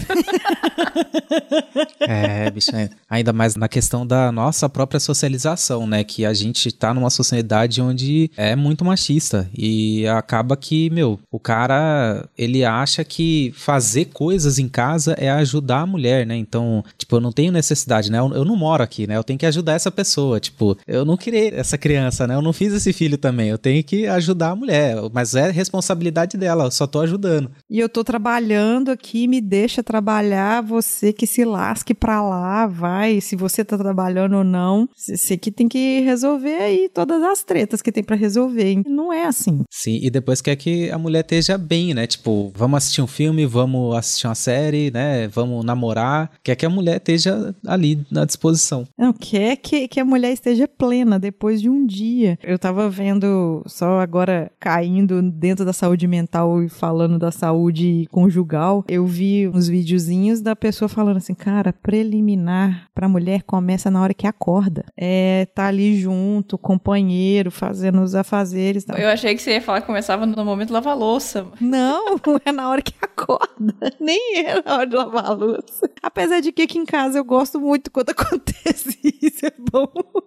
Bicho, ainda mais na questão da nossa própria socialização, né? Que a gente tá numa sociedade onde é muito machista e acaba que, o cara, ele acha que fazer coisas em casa é ajudar a mulher, né? Então, eu não tenho necessidade, né? Eu não moro aqui, né? Eu tenho que ajudar essa pessoa, eu não criei essa criança, né? Eu não fiz esse filho também, eu tenho que ajudar a mulher, mas é responsabilidade dela, eu só tô ajudando. E eu tô trabalhando aqui, me deixa trabalhar, você que se lasque pra lá, vai, se você tá trabalhando ou não, você que tem que resolver aí todas as tretas que tem pra resolver, não é assim. Sim, e depois quer que a mulher esteja bem, né, vamos assistir um filme, vamos assistir uma série, né, vamos namorar, quer que a mulher esteja ali na disposição. Não, quer que a mulher esteja plena depois de um dia. Eu tava vendo, só agora caindo dentro da saúde mental e falando da saúde conjugal, eu vi uns videozinhos da pessoa falando assim, cara, preliminar pra mulher começa na hora que acorda. Tá ali junto, companheiro, fazendo os afazeres. Tal. Eu achei que você ia falar que começava no momento de lavar louça. Não, é na hora que acorda. Nem é na hora de lavar a louça. Apesar de que aqui em casa eu gosto muito quando acontece isso, é bom.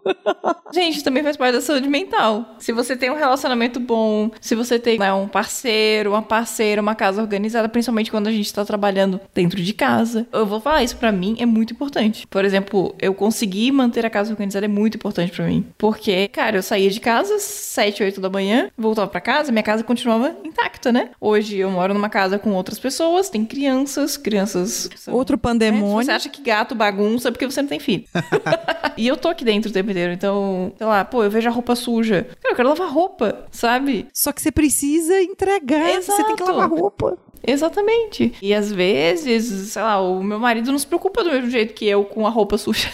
Gente, também faz parte da saúde mental. Se você tem um relacionamento bom, se você tem um parceiro, uma parceira, uma casa organizada, principalmente quando a gente tá trabalhando dentro de casa. Eu vou falar, isso pra mim é muito importante. Por exemplo, eu conseguir manter a casa organizada é muito importante pra mim. Porque, cara, eu saía de casa 7, 8 da manhã, voltava pra casa, minha casa continuava intacta, né? Hoje eu moro numa casa com outras pessoas, tem crianças são, outro pandemônio. Você acha que gato bagunça porque você não tem filho. E eu tô aqui dentro o tempo inteiro, então, sei lá, eu vejo a roupa suja. Cara, eu quero lavar roupa, sabe? Só que você precisa entregar, Exato. Você tem que lavar roupa. Exatamente. E às vezes, sei lá, o meu marido não se preocupa do mesmo jeito que eu com a roupa suja.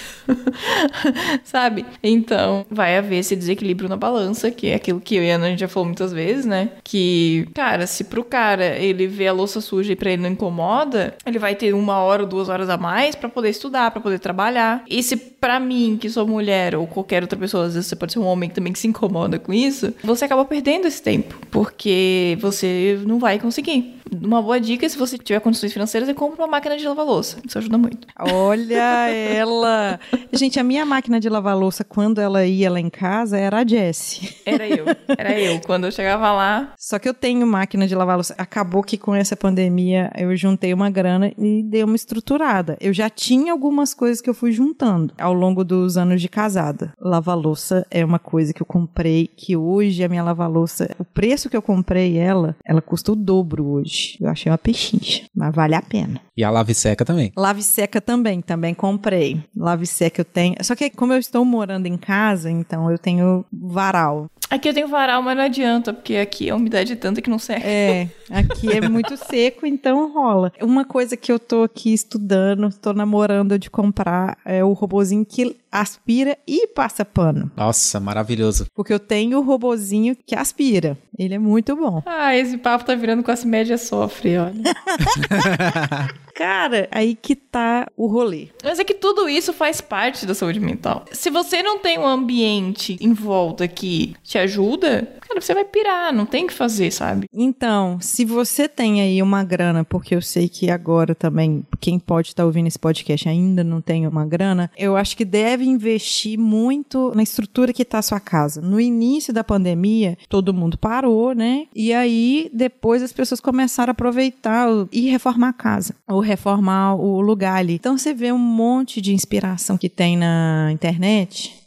Sabe? Então, vai haver esse desequilíbrio na balança, que é aquilo que eu e a Ana, a gente já falou muitas vezes, né? Que, cara, se pro cara ele vê a louça suja e pra ele não incomoda, ele vai ter 1 hora ou 2 horas a mais pra poder estudar, pra poder trabalhar. E se pra mim, que sou mulher, ou qualquer outra pessoa, às vezes você pode ser um homem também que se incomoda com isso, você acaba perdendo esse tempo, porque você não vai conseguir. Uma boa dica, se você tiver condições financeiras, é compra uma máquina de lavar louça. Isso ajuda muito. Olha ela! Gente, a minha máquina de lavar louça, quando ela ia lá em casa, era a Jessie. Era eu. Quando eu chegava lá... Só que eu tenho máquina de lavar louça. Acabou que com essa pandemia, eu juntei uma grana e dei uma estruturada. Eu já tinha algumas coisas que eu fui juntando ao longo dos anos de casada. Lavar louça é uma coisa que eu comprei, que hoje a minha lavar louça, o preço que eu comprei ela custa o dobro hoje. Eu achei uma pechincha, mas vale a pena. E a lave seca também. Lave seca também comprei. Lave seca eu tenho. Só que como eu estou morando em casa, então eu tenho varal. Aqui eu tenho varal, mas não adianta, porque aqui a umidade é tanta que não serve. Aqui é muito seco, então rola. Uma coisa que eu tô aqui estudando, tô namorando de comprar, é o robozinho que aspira e passa pano. Nossa, maravilhoso. Porque eu tenho o robozinho que aspira. Ele é muito bom. Esse papo tá virando classe média sofre, olha. Cara, aí que tá o rolê. Mas é que tudo isso faz parte da saúde mental. Se você não tem um ambiente em volta que te ajuda, cara, você vai pirar, não tem o que fazer, sabe? Então, se você tem aí uma grana, porque eu sei que agora também, quem pode estar ouvindo esse podcast ainda não tem uma grana, eu acho que deve investir muito na estrutura que tá a sua casa. No início da pandemia, todo mundo parou, né? E aí, depois as pessoas começaram a aproveitar e reformar a casa, ou reformar o lugar ali. Então, você vê um monte de inspiração que tem na internet.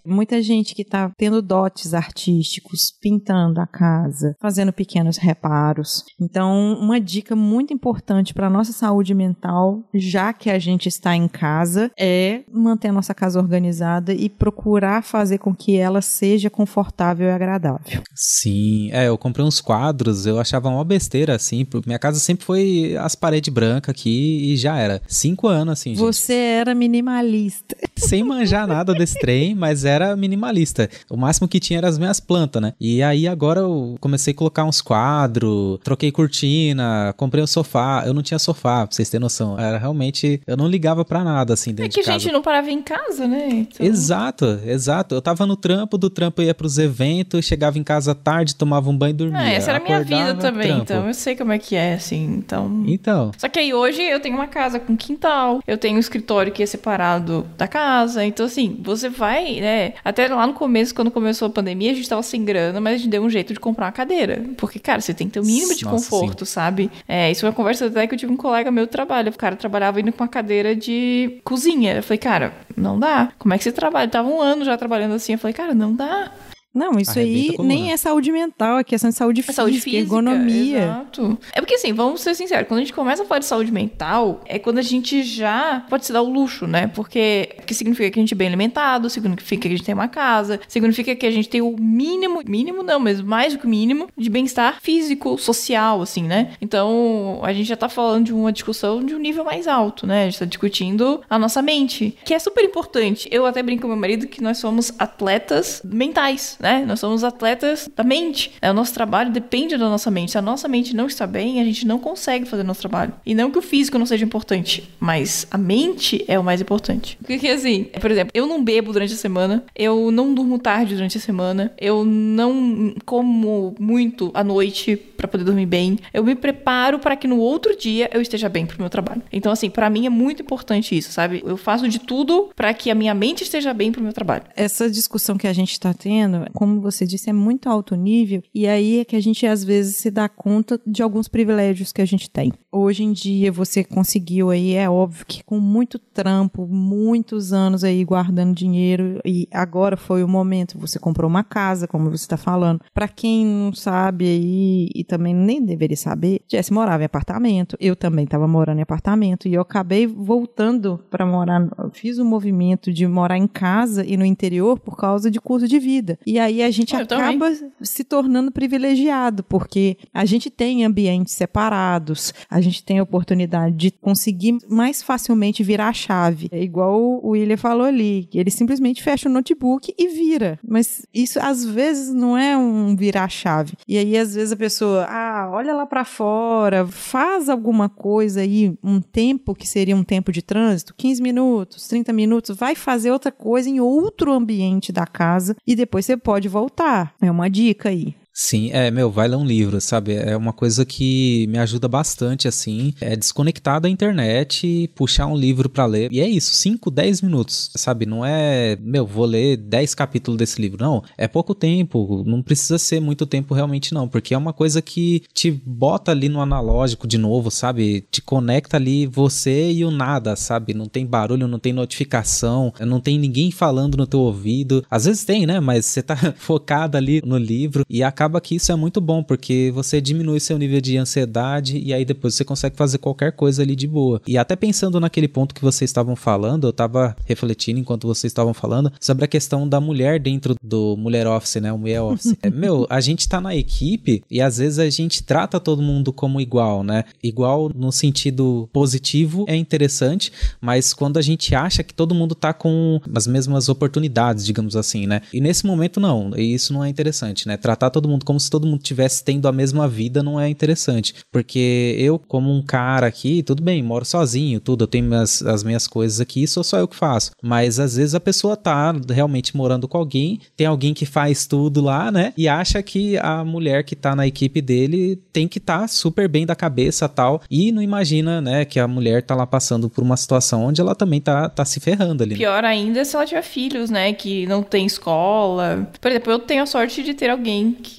Muita gente que tá tendo dotes artísticos, pintando a casa, fazendo pequenos reparos. Então, uma dica muito importante para nossa saúde mental, já que a gente está em casa, é manter a nossa casa organizada e procurar fazer com que ela seja confortável e agradável. Sim, eu comprei uns quadros, eu achava uma besteira, assim, minha casa sempre foi as paredes brancas aqui e já era. 5 anos, assim, gente. Você era minimalista. Sem manjar nada desse trem, mas era minimalista. O máximo que tinha eram as minhas plantas, né? E aí agora eu comecei a colocar uns quadros, troquei cortina, comprei um sofá. Eu não tinha sofá, pra vocês terem noção. Era realmente, eu não ligava pra nada, assim, dentro de casa. É que a gente não parava em casa, né? Então... Exato. Eu tava no trampo, do trampo eu ia pros eventos, chegava em casa tarde, tomava um banho e dormia. Essa era a minha vida também, trampo. então eu sei como é que é, assim, Então. Só que aí hoje eu tenho uma casa com quintal, eu tenho um escritório que é separado da casa, então assim, você vai, né, até lá no começo, quando começou a pandemia, a gente tava sem grana, mas a gente deu um jeito de comprar uma cadeira, porque, cara, você tem que ter o mínimo de conforto, sabe? Isso é uma conversa até que eu tive um colega meu do trabalho, o cara trabalhava indo com uma cadeira de cozinha, eu falei, cara, não dá, como é que você trabalha? Eu tava 1 ano já trabalhando assim, eu falei, cara, não dá. Não, isso aí nem é saúde mental, é questão de saúde física, ergonomia. Exato. É porque assim, vamos ser sinceros, quando a gente começa a falar de saúde mental, é quando a gente já pode se dar o luxo, né? Porque significa que a gente é bem alimentado, significa que a gente tem uma casa, significa que a gente tem o mínimo não, mas mais do que o mínimo, de bem-estar físico, social, assim, né? Então, a gente já tá falando de uma discussão de um nível mais alto, né? A gente tá discutindo a nossa mente, que é super importante. Eu até brinco com meu marido que nós somos atletas mentais, né? Nós somos atletas da mente. O nosso trabalho depende da nossa mente. Se a nossa mente não está bem, a gente não consegue fazer o nosso trabalho. E não que o físico não seja importante, mas a mente é o mais importante. Porque assim, por exemplo, eu não bebo durante a semana, eu não durmo tarde durante a semana, eu não como muito à noite pra poder dormir bem. Eu me preparo para que no outro dia eu esteja bem pro meu trabalho. Então assim, pra mim é muito importante isso, sabe? Eu faço de tudo pra que a minha mente esteja bem pro meu trabalho. Essa discussão que a gente tá tendo, como você disse, é muito alto nível, e aí é que a gente às vezes se dá conta de alguns privilégios que a gente tem. Hoje em dia você conseguiu aí, é óbvio que com muito trampo, muitos anos aí guardando dinheiro, e agora foi o momento, você comprou uma casa, como você está falando. Para quem não sabe aí, e também nem deveria saber, Jess morava em apartamento, eu também estava morando em apartamento, e eu acabei voltando para morar, fiz o movimento de morar em casa e no interior por causa de custo de vida. E aí a gente acaba se tornando privilegiado, porque a gente tem ambientes separados, a gente tem a oportunidade de conseguir mais facilmente virar a chave. É igual o William falou ali, ele simplesmente fecha o notebook e vira. Mas isso às vezes não é um virar a chave. E aí às vezes a pessoa, olha lá pra fora, faz alguma coisa aí, um tempo que seria um tempo de trânsito, 15 minutos, 30 minutos, vai fazer outra coisa em outro ambiente da casa e depois você pode voltar. É uma dica aí. Sim, vai ler um livro, sabe? É uma coisa que me ajuda bastante, assim, é desconectar da internet, puxar um livro pra ler, e é isso, 5, 10 minutos, sabe? Não é, vou ler 10 capítulos desse livro, não, é pouco tempo, não precisa ser muito tempo realmente não, porque é uma coisa que te bota ali no analógico de novo, sabe? Te conecta ali você e o nada, sabe? Não tem barulho, não tem notificação, não tem ninguém falando no teu ouvido, às vezes tem, né? Mas você tá focado ali no livro e acaba que isso é muito bom, porque você diminui seu nível de ansiedade e aí depois você consegue fazer qualquer coisa ali de boa. E até pensando naquele ponto que vocês estavam falando, eu tava refletindo enquanto vocês estavam falando sobre a questão da mulher dentro do Mulher Office, né? O Mulher Office. A gente tá na equipe e às vezes a gente trata todo mundo como igual, né? Igual no sentido positivo é interessante, mas quando a gente acha que todo mundo tá com as mesmas oportunidades, digamos assim, né? E nesse momento não, e isso não é interessante, né? Tratar todo mundo como se todo mundo tivesse tendo a mesma vida não é interessante, porque eu, como um cara aqui, tudo bem, moro sozinho, tudo, eu tenho as minhas coisas aqui, sou só eu que faço, mas às vezes a pessoa tá realmente morando com alguém, tem alguém que faz tudo lá, né, e acha que a mulher que tá na equipe dele tem que tá super bem da cabeça tal, e não imagina, né, que a mulher tá lá passando por uma situação onde ela também tá se ferrando ali. Pior ainda se ela tiver filhos, né, que não tem escola. Por exemplo, eu tenho a sorte de ter alguém que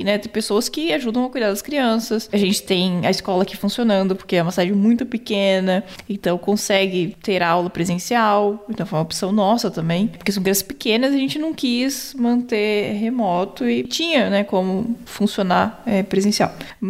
né, tem pessoas que ajudam a cuidar das crianças. A gente tem a escola aqui funcionando, porque é uma cidade muito pequena, então consegue ter aula presencial. Então foi uma opção nossa também, porque são crianças pequenas, a gente não quis manter remoto e tinha, né, como funcionar presencial.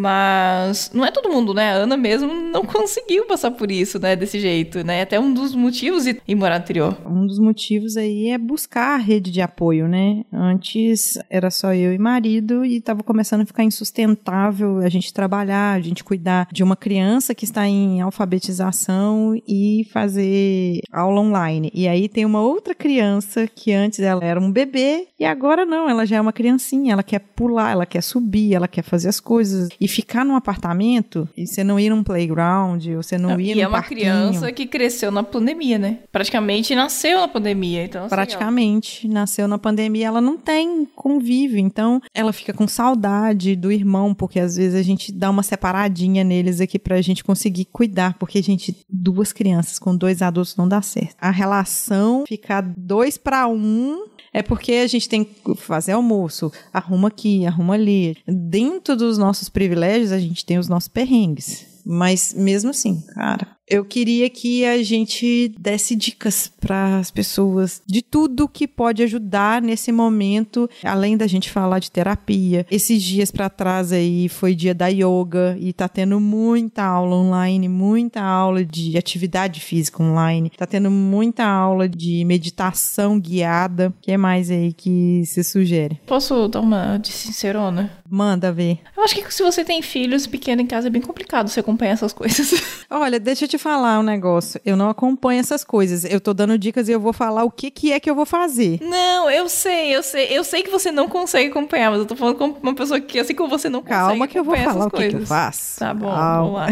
Mas não é todo mundo, né? A Ana mesmo não conseguiu passar por isso, né, desse jeito, né? Até um dos motivos de ir morar no interior. Um dos motivos aí é buscar a rede de apoio, né? Antes era só eu e marido e estava começando a ficar insustentável a gente trabalhar, a gente cuidar de uma criança que está em alfabetização e fazer aula online. E aí tem uma outra criança que antes ela era um bebê e agora não, ela já é uma criancinha, ela quer pular, ela quer subir, ela quer fazer as coisas. E ficar num apartamento e você não ir num playground, ou você não ir num parquinho. E é uma criança que cresceu na pandemia, né? Praticamente nasceu na pandemia. Então, assim, praticamente nasceu na pandemia, ela não tem convívio, então ela fica com saudade do irmão, porque às vezes a gente dá uma separadinha neles aqui pra gente conseguir cuidar, porque, gente, 2 crianças com 2 adultos não dá certo. A relação ficar 2 para 1 é porque a gente tem que fazer almoço, arruma aqui, arruma ali. Dentro dos nossos privilégios, a gente tem os nossos perrengues. Mas mesmo assim, cara, eu queria que a gente desse dicas para as pessoas de tudo que pode ajudar nesse momento, além da gente falar de terapia. Esses dias para trás aí foi dia da yoga e tá tendo muita aula online, muita aula de atividade física online, tá tendo muita aula de meditação guiada. O que mais aí que se sugere? Posso dar uma de sincerona? Manda ver. Eu acho que se você tem filhos pequenos em casa é bem complicado você acompanhar essas coisas. Olha, deixa eu te falar um negócio. Eu não acompanho essas coisas. Eu tô dando dicas e eu vou falar o que é que eu vou fazer. Não, eu sei que você não consegue acompanhar, mas eu tô falando como uma pessoa que, assim como você não consegue acompanhar. Calma que eu vou falar o que eu faço. Tá bom, vamos lá.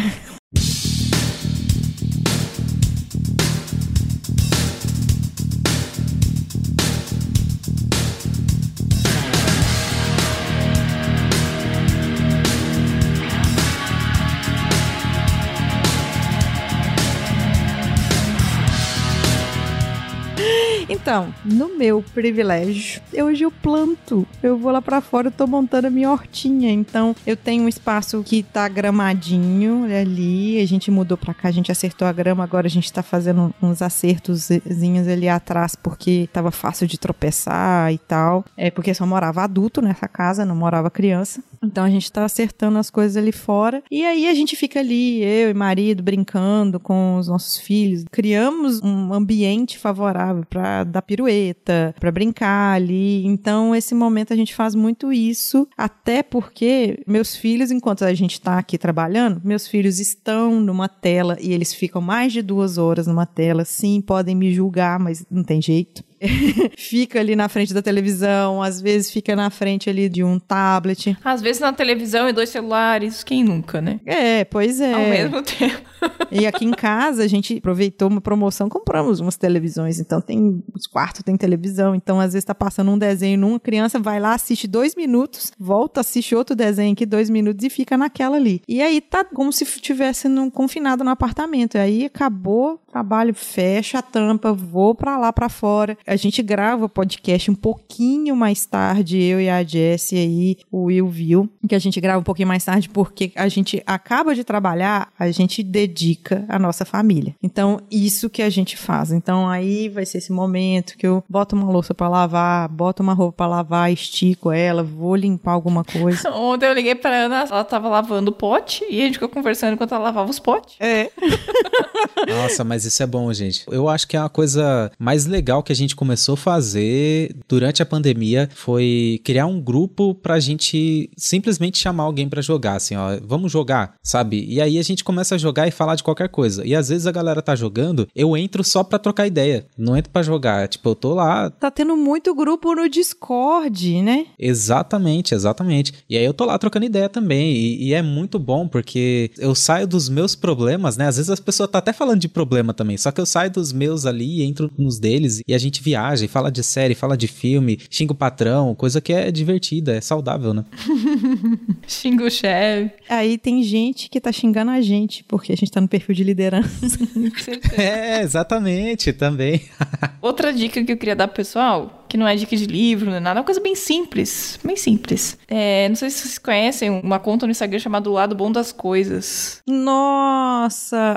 Então, no meu privilégio, hoje eu planto. Eu vou lá pra fora, eu tô montando a minha hortinha. Então, eu tenho um espaço que tá gramadinho ali. A gente mudou pra cá, a gente acertou a grama. Agora a gente tá fazendo uns acertozinhos ali atrás, porque tava fácil de tropeçar e tal. É porque só morava adulto nessa casa, não morava criança. Então, a gente tá acertando as coisas ali fora. E aí, a gente fica ali, eu e marido, brincando com os nossos filhos. Criamos um ambiente favorável pra dar pirueta, pra brincar ali. Então, esse momento a gente faz muito isso, até porque meus filhos, enquanto a gente tá aqui trabalhando, meus filhos estão numa tela e eles ficam mais de 2 horas numa tela. Sim, podem me julgar, mas não tem jeito. Fica ali na frente da televisão, às vezes fica na frente ali de um tablet. Às vezes na televisão e 2 celulares, quem nunca, né? É, pois é. Ao mesmo tempo. E aqui em casa a gente aproveitou uma promoção, compramos umas televisões, então os quartos tem televisão, então às vezes tá passando um desenho numa criança, vai lá, assiste 2 minutos, volta, assiste outro desenho aqui 2 minutos e fica naquela ali. E aí tá como se estivesse confinado no apartamento, e aí acabou o trabalho, fecha a tampa, vou pra lá pra fora. A gente grava o podcast um pouquinho mais tarde, eu e a Jessie aí, o Will viu, que a gente grava um pouquinho mais tarde porque a gente acaba de trabalhar, a gente dedica a nossa família. Então, isso que a gente faz. Então, aí vai ser esse momento que eu boto uma louça pra lavar, boto uma roupa pra lavar, estico ela, vou limpar alguma coisa. Ontem eu liguei pra Ana, ela tava lavando o pote e a gente ficou conversando enquanto ela lavava os potes. É. Nossa, mas isso é bom, gente. Eu acho que é a coisa mais legal que a gente começou a fazer durante a pandemia foi criar um grupo pra gente simplesmente chamar alguém pra jogar, assim, ó, vamos jogar, sabe? E aí a gente começa a jogar e falar de qualquer coisa. E às vezes a galera tá jogando, eu entro só pra trocar ideia, não entro pra jogar. Tipo, eu tô lá... Tá tendo muito grupo no Discord, né? Exatamente, exatamente. E aí eu tô lá trocando ideia também. E é muito bom porque eu saio dos meus problemas, né? Às vezes as pessoas tá até falando de problema também, só que eu saio dos meus ali e entro nos deles e a gente viaja e fala de série, fala de filme, xinga o patrão, coisa que é divertida, é saudável, né? Xinga o chefe. Aí tem gente que tá xingando a gente, porque a gente tá no perfil de liderança. É, exatamente, também. Outra dica que eu queria dar pro pessoal, que não é dica de livro, não é nada. É uma coisa bem simples. Bem simples. Não sei se vocês conhecem uma conta no Instagram chamada O Lado Bom das Coisas. Nossa,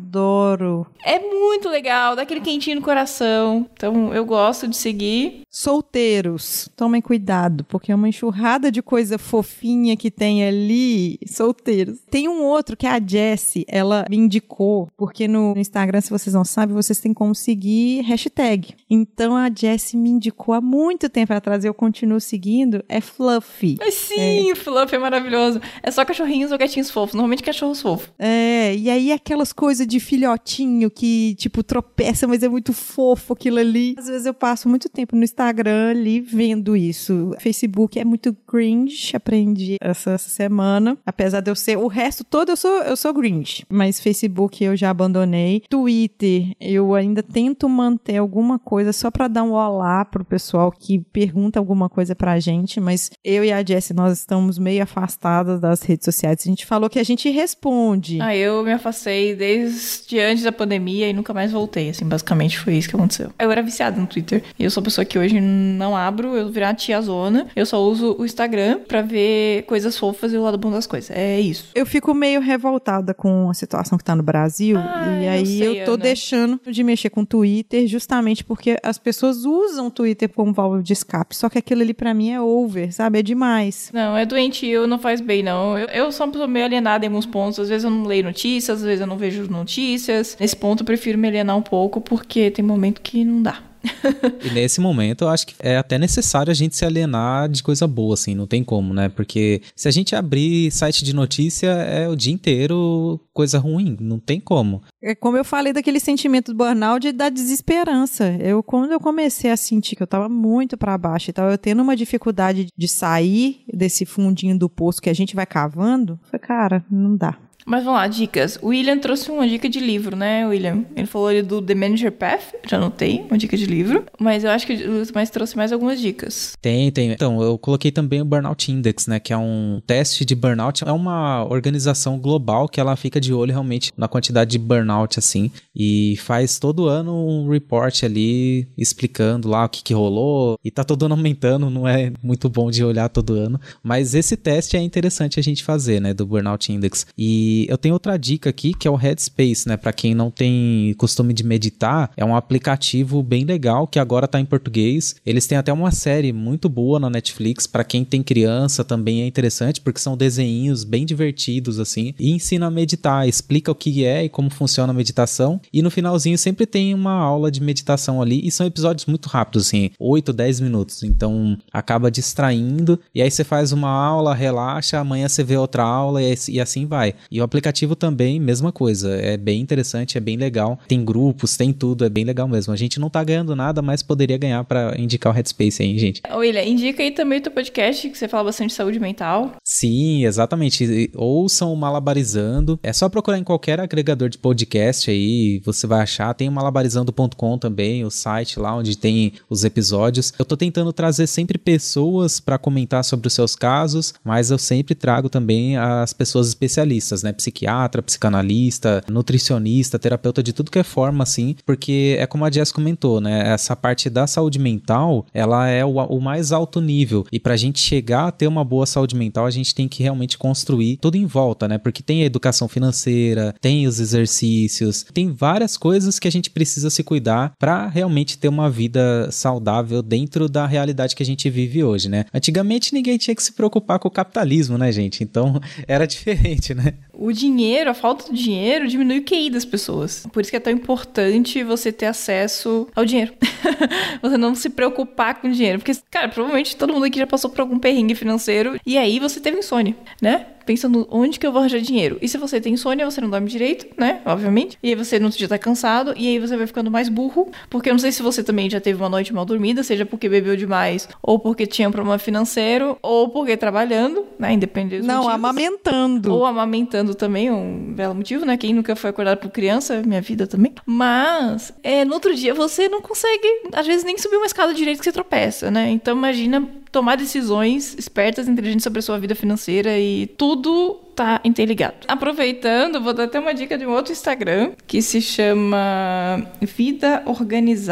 adoro. É muito legal, dá aquele quentinho no coração. Então, eu gosto de seguir. Solteiros, tomem cuidado, porque é uma enxurrada de coisa fofinha que tem ali. Solteiros. Tem um outro que é a Jessie, ela me indicou, porque no Instagram, se vocês não sabem, vocês têm como seguir hashtag. Então a Jessie me indicou há muito tempo atrás, eu continuo seguindo, é Fluffy. Sim, Fluffy é maravilhoso. É só cachorrinhos ou gatinhos fofos, normalmente cachorros fofos. E aí aquelas coisas de filhotinho que, tipo, tropeça, mas é muito fofo aquilo ali. Às vezes eu passo muito tempo no Instagram ali vendo isso. Facebook é muito cringe, aprendi essa semana. Apesar de eu ser... O resto todo eu sou cringe. Mas Facebook eu já abandonei. Twitter, eu ainda tento manter alguma coisa só pra dar um olá pro pessoal que pergunta alguma coisa pra gente. Mas eu e a Jessie, nós estamos meio afastadas das redes sociais. A gente falou que a gente responde. Eu me afastei desde antes da pandemia e nunca mais voltei. Assim, basicamente foi isso que aconteceu. Eu era viciada no Twitter. E eu sou uma pessoa que hoje não abro, eu virar tiazona. Eu só uso o Instagram pra ver coisas fofas e o lado bom das coisas. É isso. Eu fico meio revoltada com a situação que tá no Brasil. E aí eu tô deixando de mexer com o Twitter justamente porque as pessoas usam o Twitter como válvula de escape. Só que aquilo ali pra mim é over, sabe? É demais. Não, é doentio, não faz bem, não. Eu sou uma pessoa meio alienada em alguns pontos. Às vezes eu não leio notícias, às vezes eu não vejo notícias. Nesse ponto eu prefiro me alienar um pouco porque tem momento que não dá. E nesse momento eu acho que é até necessário a gente se alienar de coisa boa, assim, não tem como, né? Porque se a gente abrir site de notícia é o dia inteiro coisa ruim, não tem como. É como eu falei daquele sentimento do burnout e da desesperança. Quando eu comecei a sentir que eu tava muito pra baixo e tava eu tendo uma dificuldade de sair desse fundinho do poço que a gente vai cavando, eu falei, cara, não dá. Mas vamos lá, dicas. O William trouxe uma dica de livro, né, William? Ele falou ali do The Manager Path, já anotei, uma dica de livro. Mas eu acho que o mais trouxe mais algumas dicas. Tem. Então, eu coloquei também o Burnout Index, né, que é um teste de burnout. É uma organização global que ela fica de olho realmente na quantidade de burnout, assim. E faz todo ano um report ali explicando lá o que rolou. E tá todo ano aumentando, não é muito bom de olhar todo ano. Mas esse teste é interessante a gente fazer, né, do Burnout Index. E eu tenho outra dica aqui, que é o Headspace, né? Pra quem não tem costume de meditar, é um aplicativo bem legal, que agora tá em português. Eles têm até uma série muito boa na Netflix, pra quem tem criança também é interessante, porque são desenhinhos bem divertidos, assim, e ensina a meditar, explica o que é e como funciona a meditação, e no finalzinho sempre tem uma aula de meditação ali, e são episódios muito rápidos, assim, 8, 10 minutos, então acaba distraindo, e aí você faz uma aula, relaxa, amanhã você vê outra aula, e assim vai. E o aplicativo também, mesma coisa, é bem interessante, é bem legal, tem grupos, tem tudo, é bem legal mesmo. A gente não tá ganhando nada, mas poderia ganhar pra indicar o Headspace aí, gente. William, indica aí também o teu podcast, que você fala bastante de saúde mental. Sim, exatamente. Ouçam o Malabarizando. É só procurar em qualquer agregador de podcast aí, você vai achar. Tem o malabarizando.com também, o site lá onde tem os episódios. Eu tô tentando trazer sempre pessoas pra comentar sobre os seus casos, mas eu sempre trago também as pessoas especialistas, né? Psiquiatra, psicanalista, nutricionista, terapeuta, de tudo que é forma, assim, porque é como a Jess comentou, né? Essa parte da saúde mental, ela é o mais alto nível, e pra gente chegar a ter uma boa saúde mental, a gente tem que realmente construir tudo em volta, né? Porque tem a educação financeira, tem os exercícios, tem várias coisas que a gente precisa se cuidar pra realmente ter uma vida saudável dentro da realidade que a gente vive hoje, né? Antigamente ninguém tinha que se preocupar com o capitalismo, né, gente? Então era diferente, né? O dinheiro, a falta de dinheiro diminui o QI das pessoas. Por isso que é tão importante você ter acesso ao dinheiro. Você não se preocupar com o dinheiro. Porque, cara, provavelmente todo mundo aqui já passou por algum perrengue financeiro e aí você teve insônia, né? Pensando onde que eu vou arranjar dinheiro. E se você tem insônia, você não dorme direito, né? Obviamente. E aí você no outro dia tá cansado. E aí você vai ficando mais burro. Porque eu não sei se você também já teve uma noite mal dormida, seja porque bebeu demais, ou porque tinha um problema financeiro, ou porque trabalhando, né? Independente dos motivos. Amamentando. Ou amamentando também, um belo motivo, né? Quem nunca foi acordado por criança, minha vida também. Mas, no outro dia você não consegue, às vezes, nem subir uma escada direito que você tropeça, né? Então imagina tomar decisões espertas, inteligentes sobre a sua vida financeira e tudo tá interligado. Aproveitando, vou dar até uma dica de um outro Instagram que se chama Vida Organizada.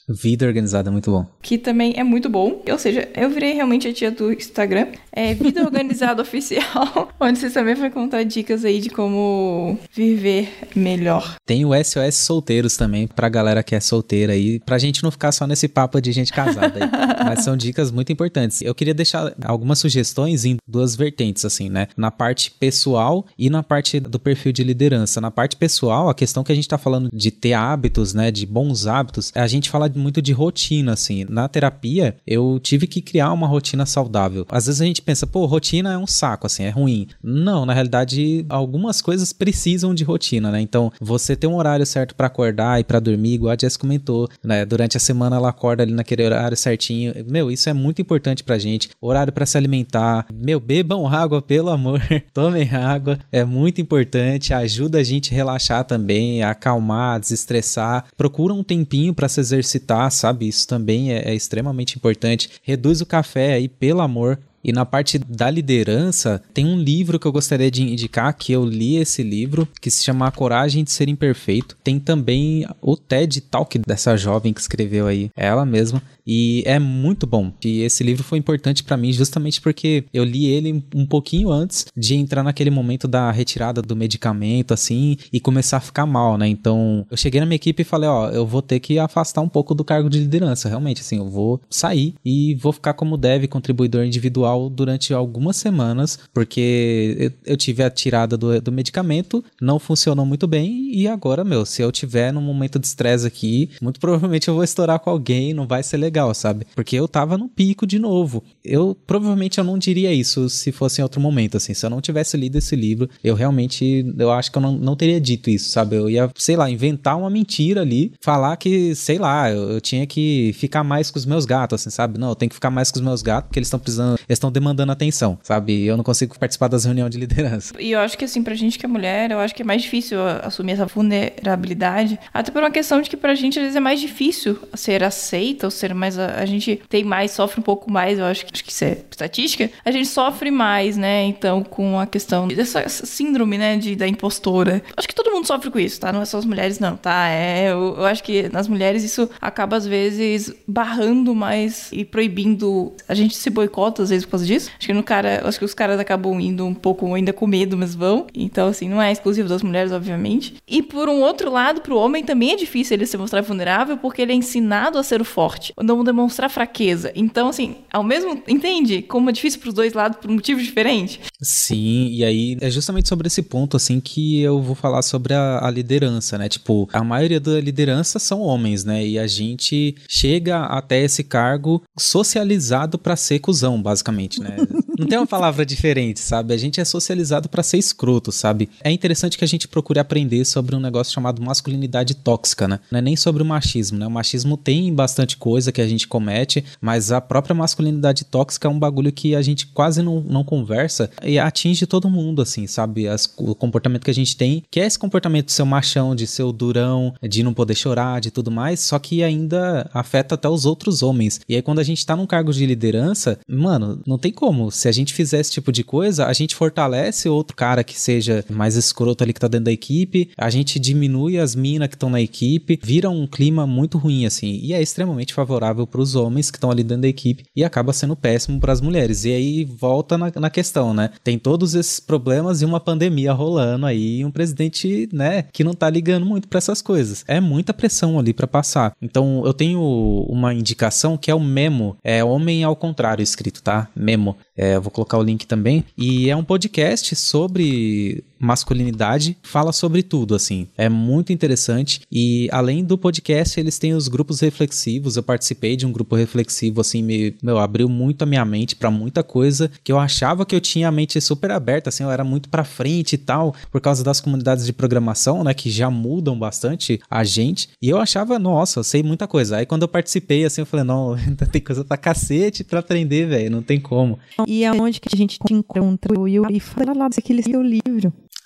Vida organizada, muito bom. Que também é muito bom. Ou seja, eu virei realmente a tia do Instagram. É Vida Organizada Oficial, onde vocês também vão encontrar dicas aí de como viver melhor. Tem o SOS Solteiros também, pra galera que é solteira aí, pra gente não ficar só nesse papo de gente casada aí. Mas são dicas muito importantes. Eu queria deixar algumas sugestões em duas vertentes, assim, né? Na parte pessoal e na parte do perfil de liderança. Na parte pessoal, a questão que a gente tá falando de ter hábitos, né? De bons hábitos, a gente fala muito de rotina, assim. Na terapia, eu tive que criar uma rotina saudável. Às vezes a gente pensa, pô, rotina é um saco, assim, é ruim. Não, na realidade, algumas coisas precisam de rotina, né? Então, você ter um horário certo pra acordar e pra dormir, igual a Jess comentou, né? Durante a semana ela acorda ali naquele horário certinho. Meu, isso é muito importante pra gente. Horário pra se alimentar. Meu, bebam água, pelo amor. Tomem água. É muito importante. Ajuda a gente a relaxar também, a acalmar, a desestressar. Procura um tempinho pra se exercitar, sabe? Isso também é extremamente importante. Reduz o café aí, pelo amor. E na parte da liderança, tem um livro que eu gostaria de indicar, que eu li esse livro, que se chama A Coragem de Ser Imperfeito. Tem também o TED Talk dessa jovem que escreveu aí, ela mesma. E é muito bom. E esse livro foi importante pra mim justamente porque eu li ele um pouquinho antes de entrar naquele momento da retirada do medicamento, assim, e começar a ficar mal, né? Então, eu cheguei na minha equipe e falei, ó, eu vou ter que afastar um pouco do cargo de liderança, realmente, assim, eu vou sair e vou ficar como dev, contribuidor individual durante algumas semanas, porque eu tive a tirada do medicamento, não funcionou muito bem, e agora, meu, se eu tiver num momento de estresse aqui, muito provavelmente eu vou estourar com alguém, não vai ser legal, sabe? Porque eu tava no pico de novo. Provavelmente eu não diria isso se fosse em outro momento, assim, se eu não tivesse lido esse livro, eu acho que eu não teria dito isso, sabe? Eu ia, sei lá, inventar uma mentira ali, falar que, sei lá, eu tinha que ficar mais com os meus gatos, assim, sabe? Não, eu tenho que ficar mais com os meus gatos, porque eles estão demandando atenção, sabe? Eu não consigo participar das reuniões de liderança. E eu acho que, assim, pra gente que é mulher, eu acho que é mais difícil assumir essa vulnerabilidade, até por uma questão de que pra gente, às vezes, é mais difícil ser aceita ou ser mais... A gente tem mais, sofre um pouco mais, eu acho que isso é estatística, a gente sofre mais, né? Então, com a questão dessa síndrome, né, da impostora. Acho que todo mundo sofre com isso, tá? Não é só as mulheres, não, tá? Eu acho que nas mulheres isso acaba, às vezes, barrando mais e proibindo. A gente se boicota, às vezes, por causa disso. Acho que os caras acabam indo um pouco ainda com medo, mas vão. Então, assim, não é exclusivo das mulheres, obviamente. E, por um outro lado, pro homem também é difícil ele se mostrar vulnerável, porque ele é ensinado a ser o forte, não demonstrar fraqueza. Então, assim, entende? Como é difícil pros dois lados, por motivos diferentes. Sim, e aí é justamente sobre esse ponto, assim, que eu vou falar sobre a liderança, né? Tipo, a maioria da liderança são homens, né? E a gente chega até esse cargo socializado pra ser cuzão, basicamente, né? Não tem uma palavra diferente, sabe? A gente é socializado pra ser escroto, sabe? É interessante que a gente procure aprender sobre um negócio chamado masculinidade tóxica, né? Não é nem sobre o machismo, né? O machismo tem bastante coisa que a gente comete, mas a própria masculinidade tóxica é um bagulho que a gente quase não conversa e atinge todo mundo, assim, sabe? O comportamento que a gente tem, que é esse comportamento de ser o machão, de ser o durão, de não poder chorar, de tudo mais, só que ainda afeta até os outros homens. E aí quando a gente tá num cargo de liderança, mano, não tem como. Se a gente fizer esse tipo de coisa, a gente fortalece outro cara que seja mais escroto ali que tá dentro da equipe, a gente diminui as minas que estão na equipe, vira um clima muito ruim, assim, e é extremamente favorável pros homens que estão ali dentro da equipe e acaba sendo péssimo pras mulheres. E aí volta na questão, né? Tem todos esses problemas e uma pandemia rolando aí, e um presidente, né, que não tá ligando muito pra essas coisas. É muita pressão ali pra passar. Então, eu tenho uma indicação que é o Memo, é Homem ao Contrário escrito, tá? Memo. Eu vou colocar o link também. E é um podcast sobre masculinidade, fala sobre tudo, assim. É muito interessante. E além do podcast, eles têm os grupos reflexivos. Eu participei de um grupo reflexivo, assim, abriu muito a minha mente pra muita coisa que eu achava que eu tinha a mente super aberta, assim, eu era muito pra frente e tal, por causa das comunidades de programação, né, que já mudam bastante a gente. E eu achava, nossa, eu sei muita coisa. Aí quando eu participei, assim, eu falei, não, ainda tem coisa pra cacete pra aprender, velho, não tem como. E aonde que a gente encontra o Will e fala lá daquele seu livro?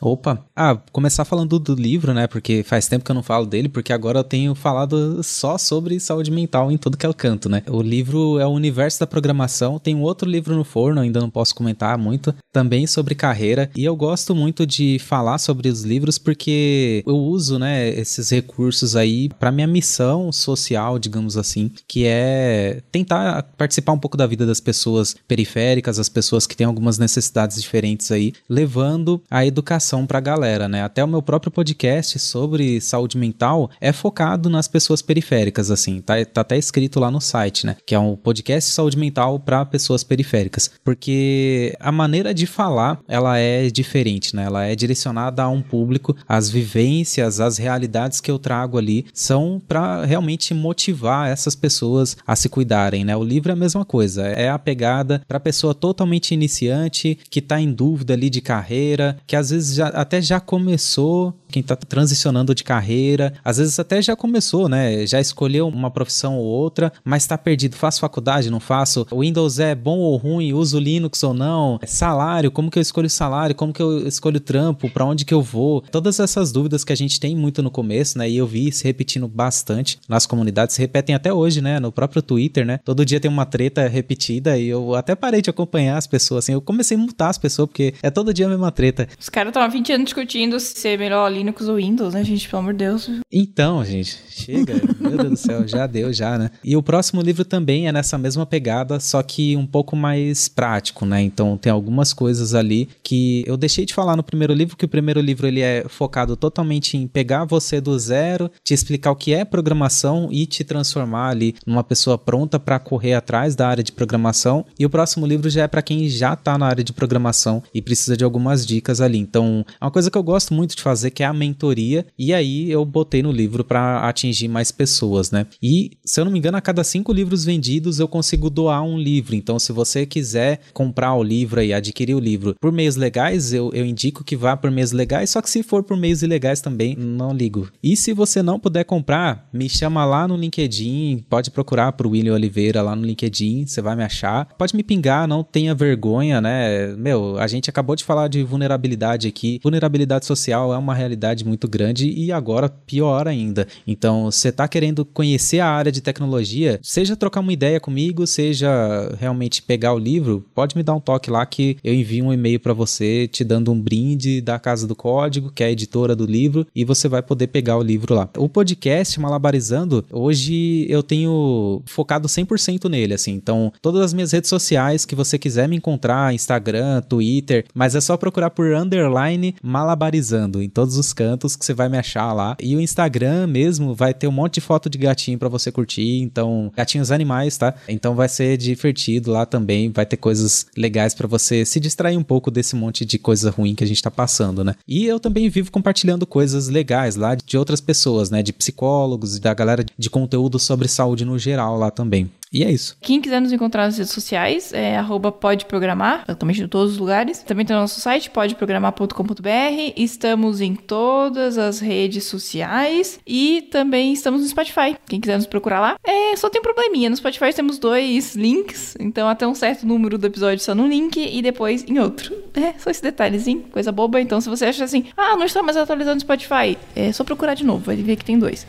Opa! Começar falando do livro, né? Porque faz tempo que eu não falo dele, porque agora eu tenho falado só sobre saúde mental em todo que é o canto, né? O livro é o Universo da Programação. Tem um outro livro no forno, ainda não posso comentar muito, também sobre carreira. E eu gosto muito de falar sobre os livros porque eu uso, né, esses recursos aí para minha missão social, digamos assim, que é tentar participar um pouco da vida das pessoas periféricas, as pessoas que têm algumas necessidades diferentes aí, levando a educação pra galera, né? Até o meu próprio podcast sobre saúde mental é focado nas pessoas periféricas, assim, tá até escrito lá no site, né? Que é um podcast de saúde mental para pessoas periféricas, porque a maneira de falar, ela é diferente, né? Ela é direcionada a um público, as vivências, as realidades que eu trago ali são para realmente motivar essas pessoas a se cuidarem, né? O livro é a mesma coisa, é a pegada para pessoa totalmente iniciante, que tá em dúvida ali de carreira, que às vezes até já começou, quem tá transicionando de carreira, às vezes até já começou, né? Já escolheu uma profissão ou outra, mas tá perdido, faço faculdade, não faço? O Windows é bom ou ruim? Uso Linux ou não? Salário, como que eu escolho salário? Como que eu escolho trampo? Pra onde que eu vou? Todas essas dúvidas que a gente tem muito no começo, né? E eu vi se repetindo bastante nas comunidades, se repetem até hoje, né? No próprio Twitter, né? Todo dia tem uma treta repetida e eu até parei de acompanhar as pessoas, assim, eu comecei a mutar as pessoas, porque é todo dia a mesma treta. Os caras estão há 20 anos discutindo se é melhor Linux ou Windows, né, gente? Pelo amor de Deus. Então, gente, chega. Meu Deus do céu, já deu, já, né? E o próximo livro também é nessa mesma pegada, só que um pouco mais prático, né? Então, tem algumas coisas ali que eu deixei de falar no primeiro livro, que o primeiro livro ele é focado totalmente em pegar você do zero, te explicar o que é programação e te transformar ali numa pessoa pronta para correr atrás da área de programação. E o próximo livro já é para quem já tá na área de programação e precisa de algumas dicas ali. Então, é uma coisa que eu gosto muito de fazer, que é a mentoria, e aí eu botei no livro para atingir mais pessoas, né? E, se eu não me engano, a cada 5 livros vendidos eu consigo doar um livro. Então, se você quiser comprar o livro aí, adquirir o livro por meios legais, eu indico que vá por meios legais, só que se for por meios ilegais também, não ligo. E se você não puder comprar, me chama lá no LinkedIn, pode procurar pro William Oliveira lá no LinkedIn, você vai me achar. Pode me pingar, não tenha vergonha, né? Meu, a gente acabou de falar de vulnerabilidade aqui. Vulnerabilidade social é uma realidade muito grande e agora pior ainda. Então, você tá querendo conhecer a área de tecnologia, seja trocar uma ideia comigo, seja realmente pegar o livro, pode me dar um toque lá que eu envio um e-mail para você te dando um brinde da Casa do Código, que é a editora do livro, e você vai poder pegar o livro lá. O podcast Malabarizando, hoje eu tenho focado 100% nele, assim. Então, todas as minhas redes sociais que você quiser me encontrar, Instagram, Twitter, mas é só procurar por _malabarizando em todos os cantos que você vai me achar lá. E o Instagram mesmo vai ter um monte de foto de gatinho pra você curtir, então, gatinhos animais, tá? Então vai ser divertido lá também, vai ter coisas legais pra você se distrair um pouco desse monte de coisa ruim que a gente tá passando, né? E eu também vivo compartilhando coisas legais lá de outras pessoas, né? De psicólogos e da galera de conteúdo sobre saúde no geral lá também. E é isso. Quem quiser nos encontrar nas redes sociais é @podeprogramar, totalmente em todos os lugares. Também tem o nosso site, podeprogramar.com.br. Estamos em todas as redes sociais e também estamos no Spotify. Quem quiser nos procurar lá. Só tem um probleminha. No Spotify temos 2 links, então até um certo número do episódio está num link e depois em outro. Só esse detalhezinho, coisa boba. Então se você acha assim, não está mais atualizando no Spotify, é só procurar de novo, vai ver que tem 2.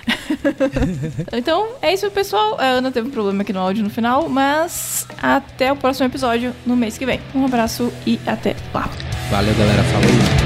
Então é isso, pessoal. A Ana teve um problema aqui no áudio no final, mas até o próximo episódio no mês que vem. Um abraço e até lá. Valeu, galera. Falou.